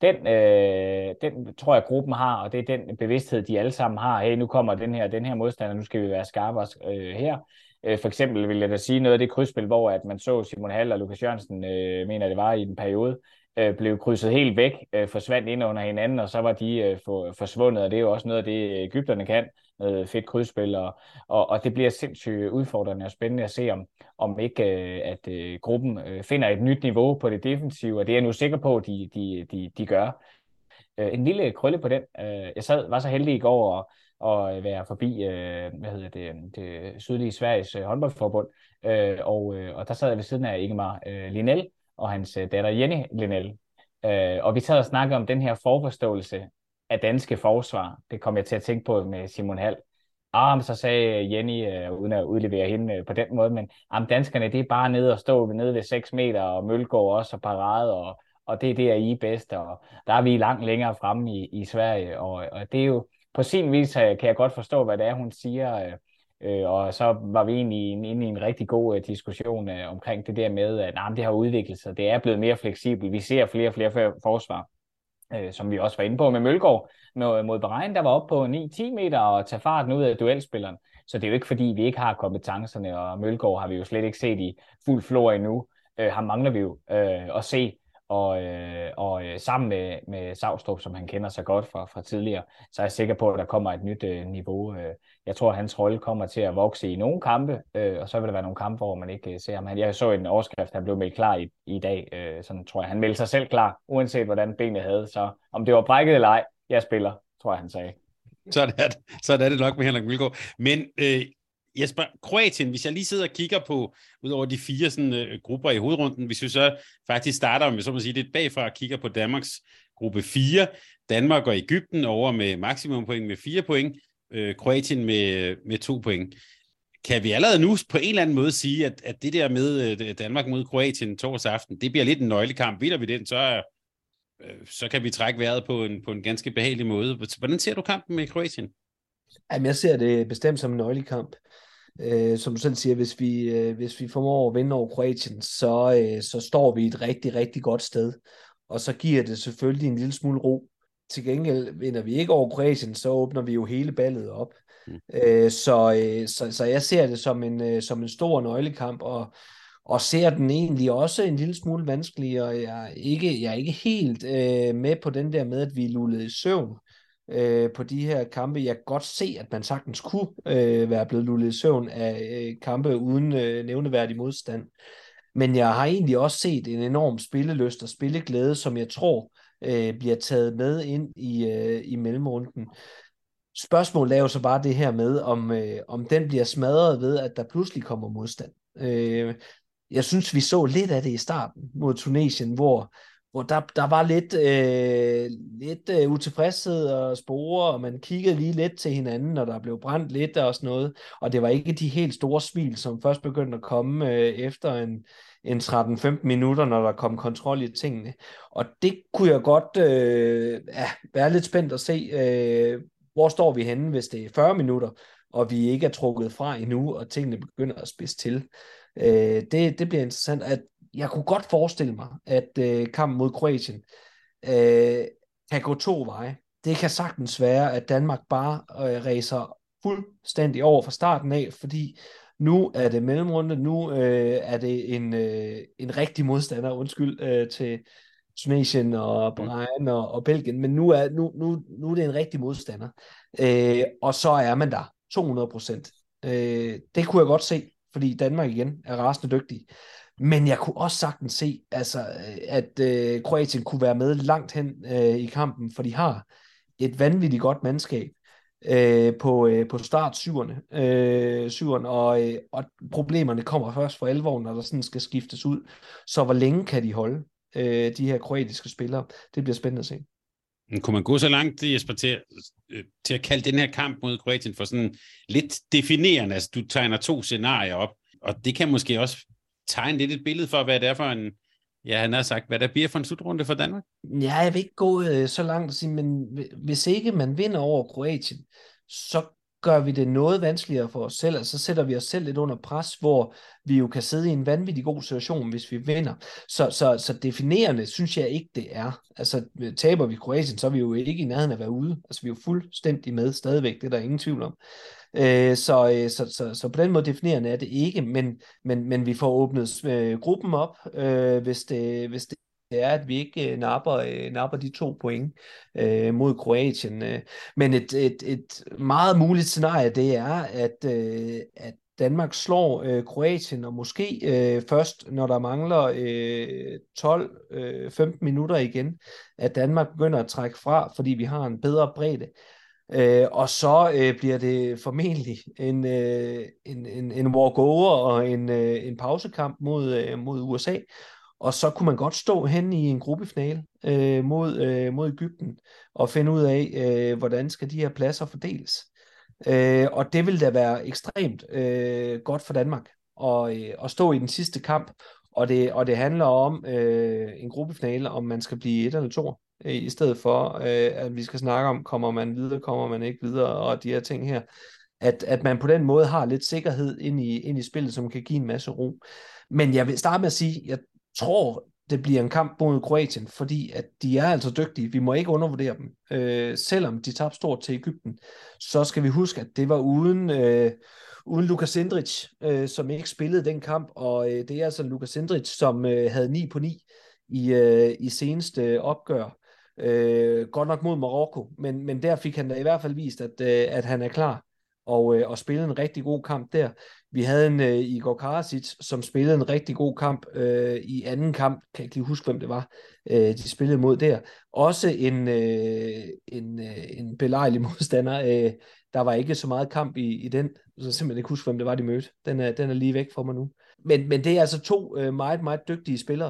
S4: Den tror jeg, gruppen har, og det er den bevidsthed, de alle sammen har. Hey, nu kommer den her modstander, nu skal vi være skarpe her. For eksempel vil jeg da sige noget af det krydsspil, hvor at man så Simon Hall og Lukas Jørgensen, mener det var i en periode, blev krydset helt væk, forsvandt ind under hinanden, og så var de forsvundet, og det er jo også noget af det, Egypterne kan, noget fedt krydsspil, og det bliver sindssygt udfordrende og spændende at se, om ikke at gruppen finder et nyt niveau på det defensive, og det er jeg nu sikker på, at de gør. En lille krølle på den. Jeg var så heldig i går og være forbi det sydlige Sveriges håndboldforbund, og der sad jeg ved siden af Ingemar Linnell og hans datter Jenny Linnell. Og vi sad og snakkede om den her forforståelse af danske forsvar. Det kom jeg til at tænke på med Simon Hall. Så sagde Jenny, uden at udlevere hende på den måde, men danskerne, det er bare nede og stå nede ved 6 meter, og Mølgaard også og parade, og det er det, I er bedst, og der er vi langt længere fremme i Sverige, og det er jo, på sin vis kan jeg godt forstå, hvad det er, hun siger, og så var vi egentlig inde i en rigtig god diskussion omkring det der med, at det har udviklet sig, det er blevet mere fleksibelt, vi ser flere og flere forsvar, som vi også var inde på med Mølgaard, mod Bahrain, der var oppe på 9-10 meter og tage farten ud af duelspilleren, så det er jo ikke fordi, vi ikke har kompetencerne, og Mølgaard har vi jo slet ikke set i fuld flor endnu, ham mangler vi jo at se, og sammen med Savstrup, som han kender så godt fra tidligere, så er jeg sikker på, at der kommer et nyt niveau. Jeg tror, at hans rolle kommer til at vokse i nogle kampe, og så vil der være nogle kampe, hvor man ikke ser ham. Jeg så en overskrift, han blev meldt klar i dag, sådan tror jeg, han meldte sig selv klar, uanset hvordan benet havde, så om det var brækket eller ej, jeg spiller, tror jeg, han sagde.
S2: Så er det nok med Henrik Mølgaard. Men Jesper, Kroatien, hvis jeg lige sidder og kigger på, ud over de 4 sådan, grupper i hovedrunden, hvis vi så faktisk starter med, så må sige, lidt bagfra og kigger på Danmarks gruppe 4, Danmark og Egypten over med maksimumpoint med 4 point, Kroatien med 2 point. Kan vi allerede nu på en eller anden måde sige, at det der med Danmark mod Kroatien torsdag aften, det bliver lidt en nøglekamp. Vinder vi den, så kan vi trække vejret på en ganske behagelig måde. Hvordan ser du kampen med Kroatien?
S3: Jamen, jeg ser det bestemt som en nøglekamp. Som du selv siger, hvis vi formår at vinde over Kroatien, så står vi et rigtig, rigtig godt sted. Og så giver det selvfølgelig en lille smule ro. Til gengæld vinder vi ikke over Kroatien, så åbner vi jo hele ballet op. Så jeg ser det som en stor nøglekamp, og ser den egentlig også en lille smule vanskelig, og jeg er ikke helt med på den der med, at vi er lullet i søvn på de her kampe. Jeg kan godt se, at man sagtens kunne være blevet lullet i søvn af kampe uden nævneværdig modstand. Men jeg har egentlig også set en enorm spillelyst og spilleglæde, som jeg tror bliver taget med ind i mellemrunden. Spørgsmålet er jo så bare det her med, om den bliver smadret ved, at der pludselig kommer modstand. Jeg synes, vi så lidt af det i starten mod Tunesien, hvor hvor der var lidt utilfredshed og spore, og man kiggede lige lidt til hinanden, og der blev brændt lidt og sådan noget, og det var ikke de helt store smil, som først begyndte at komme efter en 13-15 minutter, når der kom kontrol i tingene. Og det kunne jeg godt være lidt spændt at se, hvor står vi henne, hvis det er 40 minutter, og vi ikke er trukket fra endnu, og tingene begynder at spidse til. Det bliver interessant. Jeg kunne godt forestille mig, at kampen mod Kroatien kan gå to veje. Det kan sagtens være, at Danmark bare racer fuldstændig over fra starten af, fordi nu er det mellemrunde, nu er det en rigtig modstander, til Tunesien og Bahrain og Belgien, men nu er det en rigtig modstander. Og så er man der 200%. Det kunne jeg godt se, fordi Danmark igen er rasende dygtig. Men jeg kunne også sagtens se, at Kroatien kunne være med langt hen i kampen, for de har et vanvittigt godt mandskab på start syveren, og problemerne kommer først for alvor, når der sådan skal skiftes ud. Så hvor længe kan de holde de her kroatiske spillere? Det bliver spændende at se.
S2: Kunne man gå så langt, Jesper, til at kalde den her kamp mod Kroatien for sådan lidt definerende? Altså, du tegner 2 scenarier op, og det kan måske også tegne lidt et billede for, hvad det er for en, ja, han har sagt, hvad der bliver for en slutrunde for Danmark?
S3: Ja, jeg vil ikke gå så langt at sige, men hvis ikke man vinder over Kroatien, så gør vi det noget vanskeligere for os selv, og så sætter vi os selv lidt under pres, hvor vi jo kan sidde i en vanvittig god situation, hvis vi vinder. Så definerende synes jeg ikke, det er. Altså, taber vi Kroatien, så er vi jo ikke i nærheden af at være ude. Altså, vi er jo fuldstændig med stadigvæk, det er der ingen tvivl om. Så på den måde definerende er det ikke, men vi får åbnet gruppen op, hvis det er, at vi ikke napper de 2 point mod Kroatien. Men et meget muligt scenarie, det er, at Danmark slår Kroatien, og måske først, når der mangler 12-15 minutter igen, at Danmark begynder at trække fra, fordi vi har en bedre bredde. Og så bliver det formentlig en walkover og en pausekamp mod USA. Og så kunne man godt stå hen i en gruppefinale mod Egypten og finde ud af, hvordan skal de her pladser fordeles. Og det vil da være ekstremt godt for Danmark at stå i den sidste kamp. Og det handler om en gruppefinale, om man skal blive 1 eller 2, i stedet for, at vi skal snakke om, kommer man videre, kommer man ikke videre, og de her ting her. At man på den måde har lidt sikkerhed ind i spillet, som kan give en masse ro. Men jeg vil starte med at sige, jeg tror, det bliver en kamp mod Kroatien, fordi at de er altså dygtige. Vi må ikke undervurdere dem. Selvom de tabte stort til Egypten, så skal vi huske, at det var uden Luka Sindric, som ikke spillede den kamp, og det er altså Luka Sindric, som havde 9 på 9 i seneste opgør. Godt nok mod Marokko, men der fik han da i hvert fald vist, at han er klar og spille en rigtig god kamp der. Vi havde en Igor Karasic, som spillede en rigtig god kamp i anden kamp. Kan jeg ikke lige huske, hvem det var, de spillede mod der. Også en belejlig modstander. Der var ikke så meget kamp i den, så simpelthen ikke huske, hvem det var, de mødte. Den er lige væk fra mig nu. Men det er altså 2 meget, meget dygtige spillere,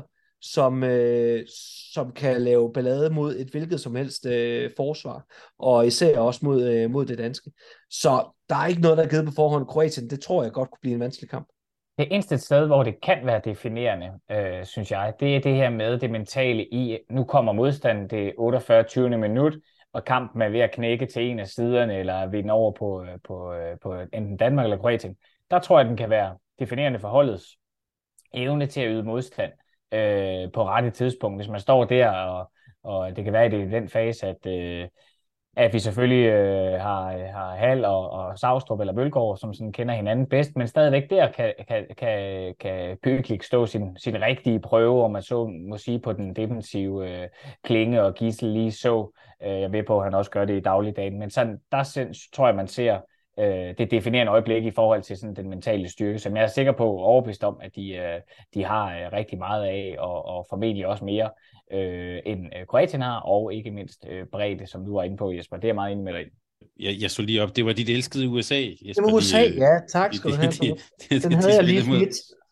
S3: som kan lave ballade mod et hvilket som helst forsvar, og især også mod det danske. Så der er ikke noget, der er givet på forhånd. Kroatien, det tror jeg godt kunne blive en vanskelig kamp.
S4: Det eneste sted, hvor det kan være definerende, synes jeg, det er det her med det mentale i, nu kommer modstanden det 48. 20. minut, og kampen er ved at knække til en af siderne, eller vinde over på enten Danmark eller Kroatien. Der tror jeg, den kan være definerende for holdets evne til at yde modstand på rette tidspunkt. Hvis man står der, og det kan være i den fase, at vi selvfølgelig har Hall og Savstrup eller Bølgaard, som sådan kender hinanden bedst, men stadigvæk der kan Pøklik stå sin rigtige prøve, om man så må sige på den defensive Klinge og Gidsel lige så. Jeg ved på, at han også gør det i dagligdagen, men sådan, der tror jeg, man ser det definerende øjeblik i forhold til sådan den mentale styrke, som jeg er sikker på overbevist om, at de har rigtig meget af, og formentlig også mere end Kroatien har, og ikke mindst bredde, som du var inde på, Jesper. Det er jeg meget enig med dig i.
S2: Jeg så lige op, det var dit elskede USA, Jesper.
S3: Det var USA, ja, tak skal du have. Den havde jeg lige fint.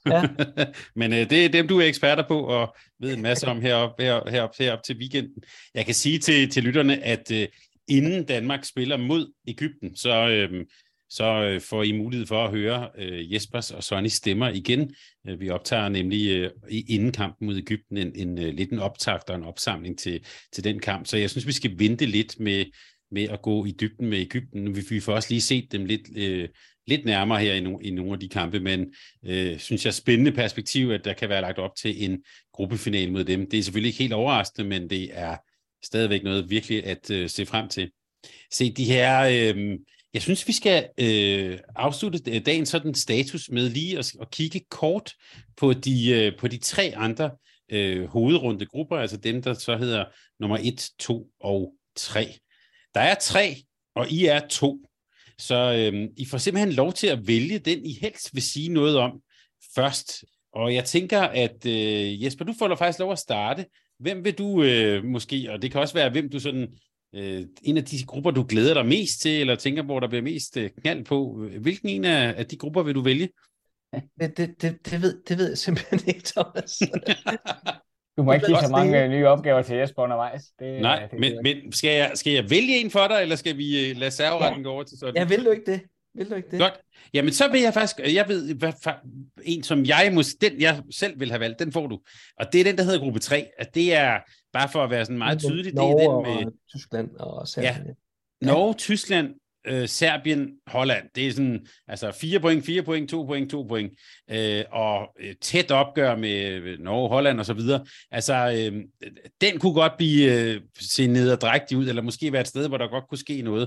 S3: Ja.
S2: Men det er dem, du er eksperter på og ved en masse om herop til weekenden. Jeg kan sige til lytterne, at inden Danmark spiller mod Egypten, så får I mulighed for at høre Jespers og Sonnys stemmer igen. Vi optager nemlig inden kampen mod Egypten lidt en optakt og en opsamling til den kamp. Så jeg synes, vi skal vente lidt med at gå i dybden med Egypten. Vi får også lige set dem lidt nærmere her i nogle af de kampe, men synes jeg spændende perspektiv, at der kan være lagt op til en gruppefinale mod dem. Det er selvfølgelig ikke helt overraskende, men det er stadigvæk noget virkelig at se frem til. Se de her... Jeg synes, vi skal afslutte dagens sådan status med lige at kigge kort på de 3 andre hovedrunde grupper, altså dem, der så hedder nummer 1, 2 og 3. Der er 3, og I er 2. Så I får simpelthen lov til at vælge den, I helst vil sige noget om først. Og jeg tænker, at Jesper, du får faktisk lov at starte. Hvem vil du måske, og det kan også være, hvem du sådan... en af de grupper, du glæder dig mest til, eller tænker, hvor der bliver mest knald på. Hvilken en af de grupper vil du vælge?
S3: Det ved jeg simpelthen ikke, Thomas.
S4: Du må ikke give så mange nye opgaver til Jesper undervejs.
S2: Nej, men skal jeg vælge en for dig, eller skal vi lade serveretten gå over til sådan?
S3: Ja, vil du ikke det?
S2: Godt. Jamen, så vil jeg faktisk... Jeg ved, en som den jeg selv vil have valgt, den får du. Og det er den, der hedder gruppe 3. At det er, bare for at være sådan meget tydeligt,
S3: Norge
S2: det er den med...
S3: og Tyskland og Serbien.
S2: Ja. Norge, Tyskland, Serbien, Holland. Det er sådan, altså 4 point, 4 point, 2 point, 2 point. Og tæt opgør med Norge, Holland og så videre. Altså, den kunne godt blive se nederdrægtig ud, eller måske være et sted, hvor der godt kunne ske noget.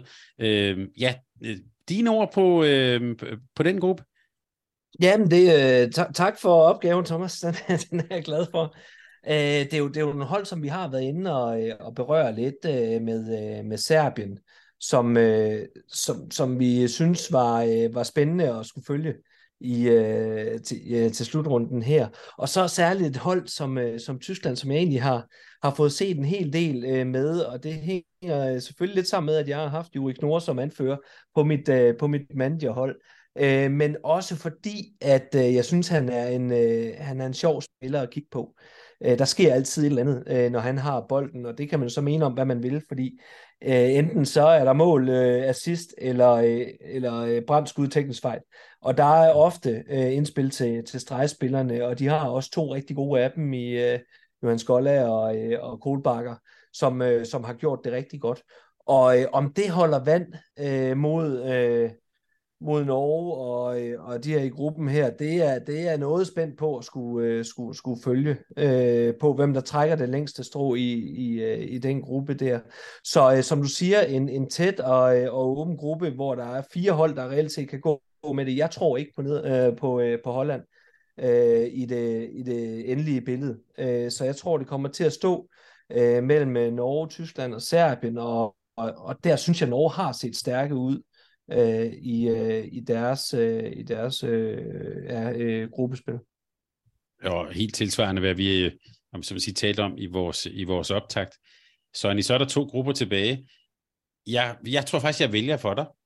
S2: Dine ord på den gruppe?
S3: Jamen, tak for opgaven, Thomas. Den er jeg glad for. Det er jo en hold, som vi har været inde og berøre lidt med Serbien, som vi synes var spændende at skulle følge til slutrunden her. Og så særligt et hold som Tyskland, som jeg egentlig har fået set en hel del med, og det hænger selvfølgelig lidt sammen med, at jeg har haft Juri Knorr som anfører på mit managerhold. Men også fordi, at jeg synes, han er en sjov spiller at kigge på. Der sker altid et eller andet, når han har bolden, og det kan man så mene om, hvad man vil, fordi enten så er der mål, assist eller brændt skud, teknisk fejl. Og der er ofte indspil til stregspillerne, og de har også 2 rigtig gode af dem i Johan Skolla og Kohlbakker, som har gjort det rigtig godt. Og om det holder vand mod Norge og de her i gruppen her, det er noget spændt på at skulle følge på, hvem der trækker det længste strå i den gruppe der. Så som du siger, en tæt og åben gruppe, hvor der er 4 hold, der reelt set kan gå med det. Jeg tror ikke på Holland i det endelige billede. Så jeg tror, det kommer til at stå mellem Norge, Tyskland og Serbien, og der synes jeg, Norge har set stærke ud i deres gruppespil.
S2: Og helt tilsvarende, hvad vi som sige, talte om i vores optakt. Så er der 2 grupper tilbage. Jeg tror faktisk, jeg vælger for dig.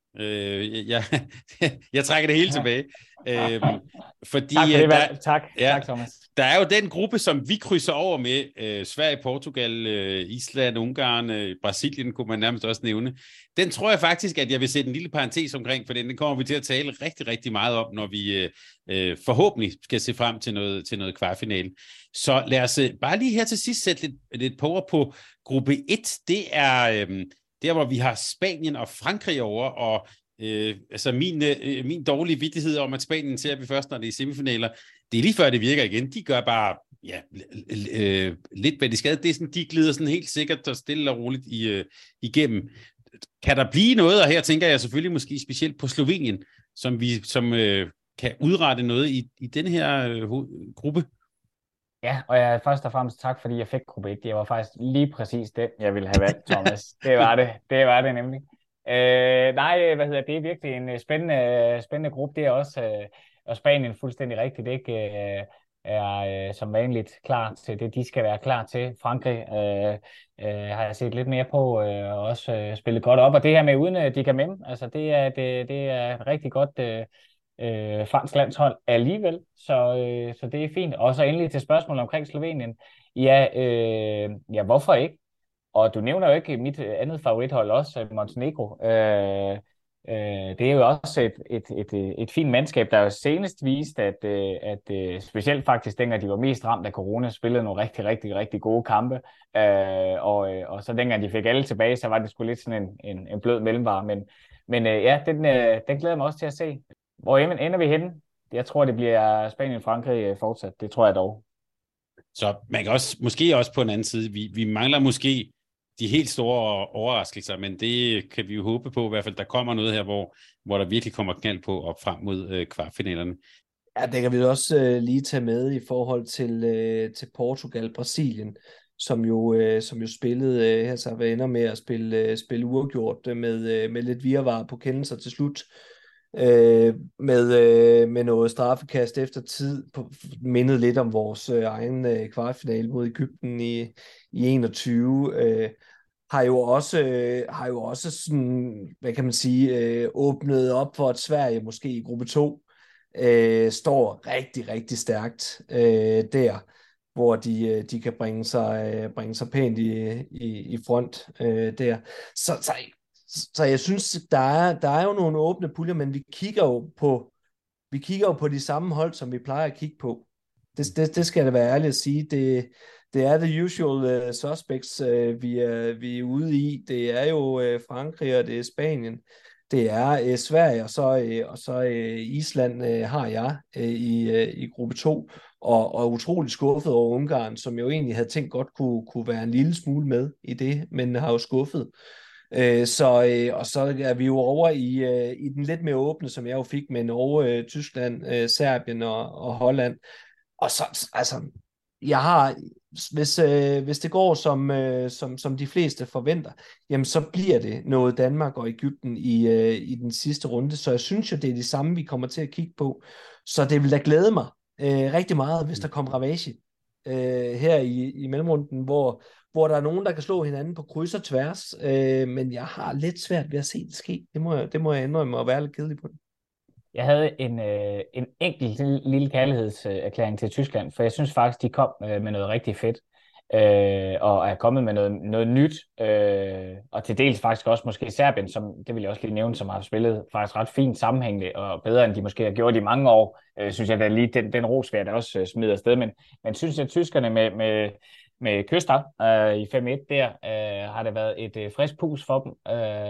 S2: Jeg trækker det hele tilbage. Fordi,
S4: tak, Thomas.
S2: Der er jo den gruppe, som vi krydser over med, Sverige, Portugal, Island, Ungarn, Brasilien, kunne man nærmest også nævne. Den tror jeg faktisk, at jeg vil sætte en lille parentes omkring, for den kommer vi til at tale rigtig, rigtig meget om, når vi forhåbentlig skal se frem til noget kvartfinale. Så lad os bare lige her til sidst sætte lidt power på gruppe 1. Det er der, hvor vi har Spanien og Frankrig over, og altså min dårlige vittighed om, at Spanien ser vi først, når det er semifinaler, det er lige før det virker igen. De gør bare lidt, hvad de skal. Det er sådan, de glider sådan helt sikkert og stille og roligt igennem. Kan der blive noget, og her tænker jeg selvfølgelig måske specielt på Slovenien, som kan udrette noget i den her gruppe?
S4: Ja, og jeg først og fremmest tak, fordi jeg fik gruppe 1. Det var faktisk lige præcis den, jeg ville have valgt, Thomas. Det var det nemlig. Det er virkelig en spændende gruppe. Det er også, og Spanien fuldstændig rigtigt, ikke er som vanligt klar til det, de skal være klar til. Frankrig har jeg set lidt mere på, og også spillet godt op. Og det her med uden de kan med, altså det er et rigtig godt fransk landshold alligevel, så det er fint. Og så endelig til spørgsmålet omkring Slovenien. Ja, hvorfor ikke? Og du nævner jo ikke mit andet favorithold også, Montenegro. Det er jo også et fint mandskab, der jo senest vist, at specielt faktisk dengang de var mest ramt af corona, spillede nogle rigtig, rigtig, rigtig gode kampe. Og så dengang de fik alle tilbage, så var det sgu lidt sådan en blød mellemvare. Men den glæder jeg mig også til at se. Hvor ender vi henne? Jeg tror, det bliver Spanien-Frankrig fortsat. Det tror jeg dog.
S2: Så man kan måske også på en anden side, vi mangler måske de helt store overraskelser, men det kan vi jo håbe på, i hvert fald der kommer noget her, hvor der virkelig kommer knald på op frem mod kvartfinalerne.
S3: Ja, det kan vi også lige tage med i forhold til Portugal, Brasilien, som jo spillede, altså ender med at spille uafgjort med lidt virvar på kendelser til slut. Med noget straffekast efter tid, mindet lidt om vores egen kvartfinale mod Egypten i 21, har jo også sådan, hvad kan man sige, åbnet op for, at Sverige måske i gruppe 2 står rigtig, rigtig stærkt der, hvor de kan bringe sig pænt i front der. Så jeg synes, der er jo nogle åbne puljer, men vi kigger jo på de samme hold, som vi plejer at kigge på. Det skal jeg da være ærlig at sige. Det er the usual suspects, vi er ude i. Det er jo Frankrig, og det er Spanien. Det er Sverige, og så Island har jeg i gruppe 2. Og utrolig skuffet over Ungarn, som jo egentlig havde tænkt godt kunne være en lille smule med i det, men har jo skuffet. Og så er vi jo over i den lidt mere åbne, som jeg jo fik med Norge, Tyskland, Serbien og Holland. Og så, altså, jeg har, hvis det går som de fleste forventer, jamen så bliver det noget Danmark og Egypten i den sidste runde. Så jeg synes jo, det er det samme, vi kommer til at kigge på. Så det vil da glæde mig rigtig meget, hvis der kommer ravage her i mellemrunden, hvor der er nogen, der kan slå hinanden på kryds og tværs, men jeg har lidt svært ved at se det ske. Det må jeg indrømme at være lidt kedelig på det.
S4: Jeg havde en enkelt lille kærlighedserklæring til Tyskland, for jeg synes faktisk, de kom med noget rigtig fedt, og er kommet med noget nyt, og til dels faktisk også måske Serbien, som det vil jeg også lige nævne, som har spillet faktisk ret fint sammenhængende, og bedre end de måske har gjort i mange år, synes jeg da lige, den ros vil jeg da også smide afsted, men synes jeg, at tyskerne med Køster i 5-1 der, har det været et frisk pus for dem,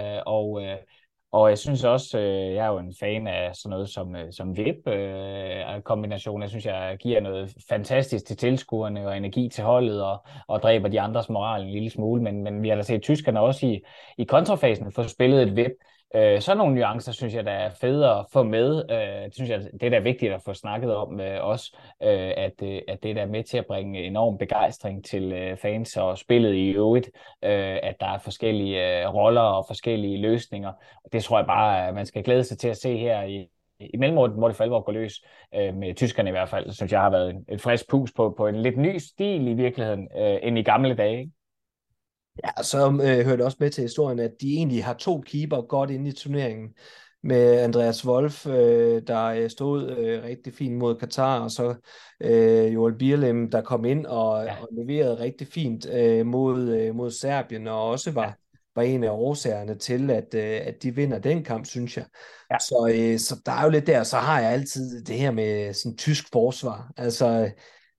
S4: og jeg synes også, jeg er jo en fan af sådan noget som VIP-kombination. Jeg synes, jeg giver noget fantastisk til tilskuerne og energi til holdet og dræber de andres moral en lille smule. Men vi har da set tyskerne også i kontrafasen få spillet et VIP. Sådan nogle nuancer, synes jeg, der er federe at få med. Det synes jeg, det er da vigtigt at få snakket om også, at det der er med til at bringe enorm begejstring til fans og spillet i øvrigt, at der er forskellige roller og forskellige løsninger. Det tror jeg bare, at man skal glæde sig til at se her i mellemrunden, hvor det for alvor går løs, med tyskerne i hvert fald. Så synes jeg har været et frisk pus på en lidt ny stil i virkeligheden, end i gamle dage, ikke?
S3: Ja, så hørte også med til historien, at de egentlig har 2 keeper godt inde i turneringen, med Andreas Wolf, der stod rigtig fint mod Katar, og så Joel Bierlem, der kom ind og leverede rigtig fint mod Serbien, og også var en af årsagerne til, at de vinder den kamp, synes jeg. Ja. Så der er jo lidt der, så har jeg altid det her med sådan tysk forsvar. Altså,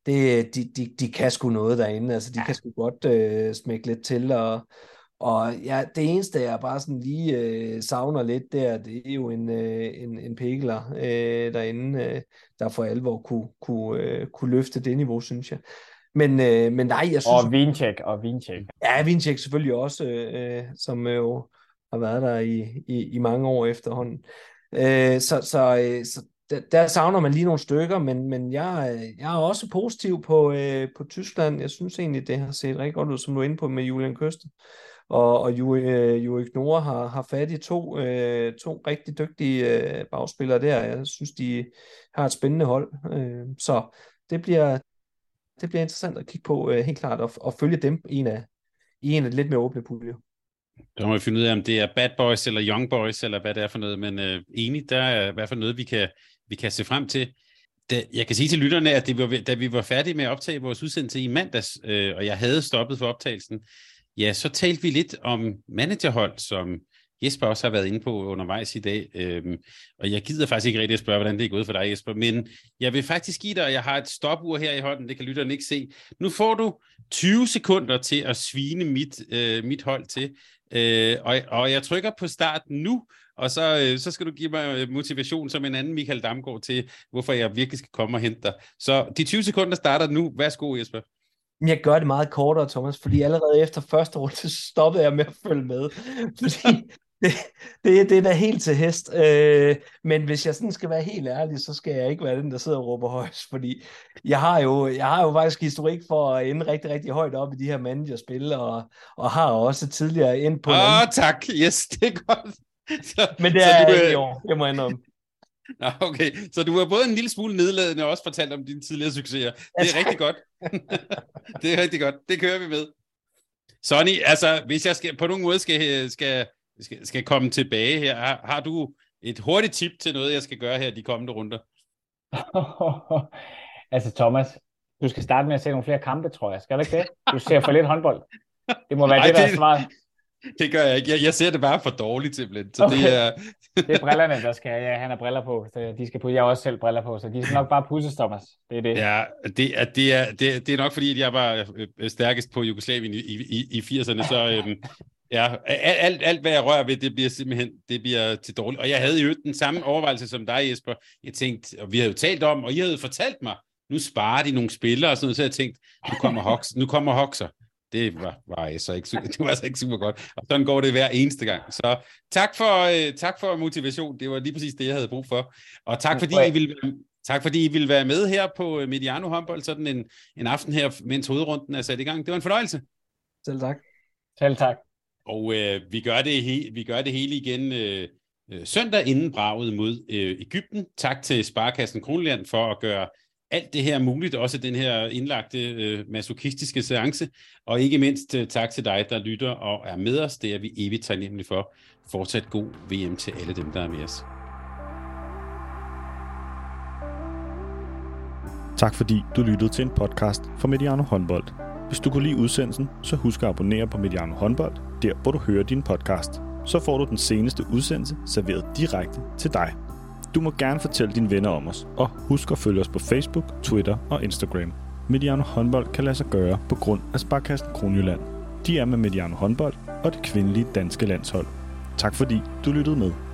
S3: de kan sgu noget derinde, altså de kan sgu godt smække lidt til, og ja, det eneste jeg bare sådan lige savner lidt der, det er jo en Pekler derinde, der for alvor kunne løfte det niveau, synes jeg. Men nej, jeg synes...
S4: Og Vincek.
S3: Ja, Vincek selvfølgelig også, som jo har været der i mange år efterhånden. Så der savner man lige nogle stykker, men jeg er også positiv på Tyskland. Jeg synes egentlig, det har set rigtig godt ud, som du er inde på med Julian Køster. Og Joik Noah har fat i to rigtig dygtige bagspillere der. Jeg synes, de har et spændende hold. Så det bliver interessant at kigge på, helt klart, og følge dem i en af lidt mere åbne puljer.
S2: Der må vi finde ud af, om det er bad boys eller young boys, eller hvad det er for noget, men enig, der er i hvert fald noget, vi kan se frem til. Jeg kan sige til lytterne, at da vi var færdige med at optage vores udsendelse i mandags, og jeg havde stoppet for optagelsen, ja, så talte vi lidt om managerhold, som Jesper også har været inde på undervejs i dag. Og jeg gider faktisk ikke rigtig at spørge, hvordan det er gået for dig, Jesper, men jeg vil faktisk give dig, og jeg har et stopur her i hånden, det kan lytterne ikke se. Nu får du 20 sekunder til at svine mit hold til, og jeg trykker på start nu, og så skal du give mig motivation som en anden Michael Damgaard til, hvorfor jeg virkelig skal komme og hente dig. Så de 20 sekunder starter nu. Værsgo, Jesper.
S3: Jeg gør det meget kortere, Thomas, fordi allerede efter første runde stoppede jeg med at følge med. Fordi det er da helt til hest. Men hvis jeg sådan skal være helt ærlig, så skal jeg ikke være den, der sidder og råber højst, fordi jeg har jo faktisk historik for at ende rigtig, rigtig højt op i de her managerspil, og har også tidligere endt på...
S2: tak. Yes, det er godt.
S3: Men det er ikke i år, jeg må indrømme.
S2: Okay, så du var både en lille smule nedladende og også fortalt om dine tidligere succeser. Det er rigtig godt. Det er rigtig godt. Det kører vi med. Sonny, altså, hvis jeg på nogen måde skal komme tilbage her, har du et hurtigt tip til noget, jeg skal gøre her de kommende runder?
S4: Altså, Thomas, du skal starte med at se nogle flere kampe, tror jeg. Skal du ikke det? Du ser for lidt håndbold. Det må være det, der er svaret.
S2: Det gør jeg ikke. Jeg ser det bare for dårligt simpelthen. Så
S4: okay. Det er brillerne, der skal... Ja, han har briller på. Så de skal putte. Jeg har også selv briller på, så de skal nok bare pudses, Thomas. Det er det.
S2: Ja, det er nok fordi, at jeg var stærkest på Jugoslavien i 80'erne. Så ja, alt hvad jeg rører ved, det bliver til dårligt. Og jeg havde jo den samme overvejelse som dig, Jesper. Jeg tænkte, og vi havde jo talt om, og I havde fortalt mig, nu sparer de nogle spillere og sådan noget, så jeg tænkte, nu kommer Hoxer. Det var altså ikke super godt. Og sådan går det hver eneste gang. Så tak for motivation. Det var lige præcis det, jeg havde brug for. Og tak fordi I ville være med her på Mediano Håndbold, sådan en aften her, mens hovedrunden er sat i gang. Det var en fornøjelse.
S3: Selv tak.
S4: Selv tak.
S2: Og vi gør det hele igen søndag inden braget mod Egypten. Tak til Sparkassen Kronjylland for at gøre alt det her muligt, også den her indlagte masochistiske seance, og ikke mindst tak til dig, der lytter og er med os. Det er vi evigt taknemmelige for. Fortsat god VM til alle dem, der er med os.
S1: Tak fordi du lyttede til en podcast fra Mediano Håndbold. Hvis du kunne lide udsendelsen, så husk at abonnere på Mediano Håndbold, der hvor du hører din podcast. Så får du den seneste udsendelse serveret direkte til dig. Du må gerne fortælle dine venner om os, og husk at følge os på Facebook, Twitter og Instagram. Mediano Håndbold kan lade sig gøre på grund af Sparkassen Kronjylland. De er med Mediano Håndbold og det kvindelige danske landshold. Tak fordi du lyttede med.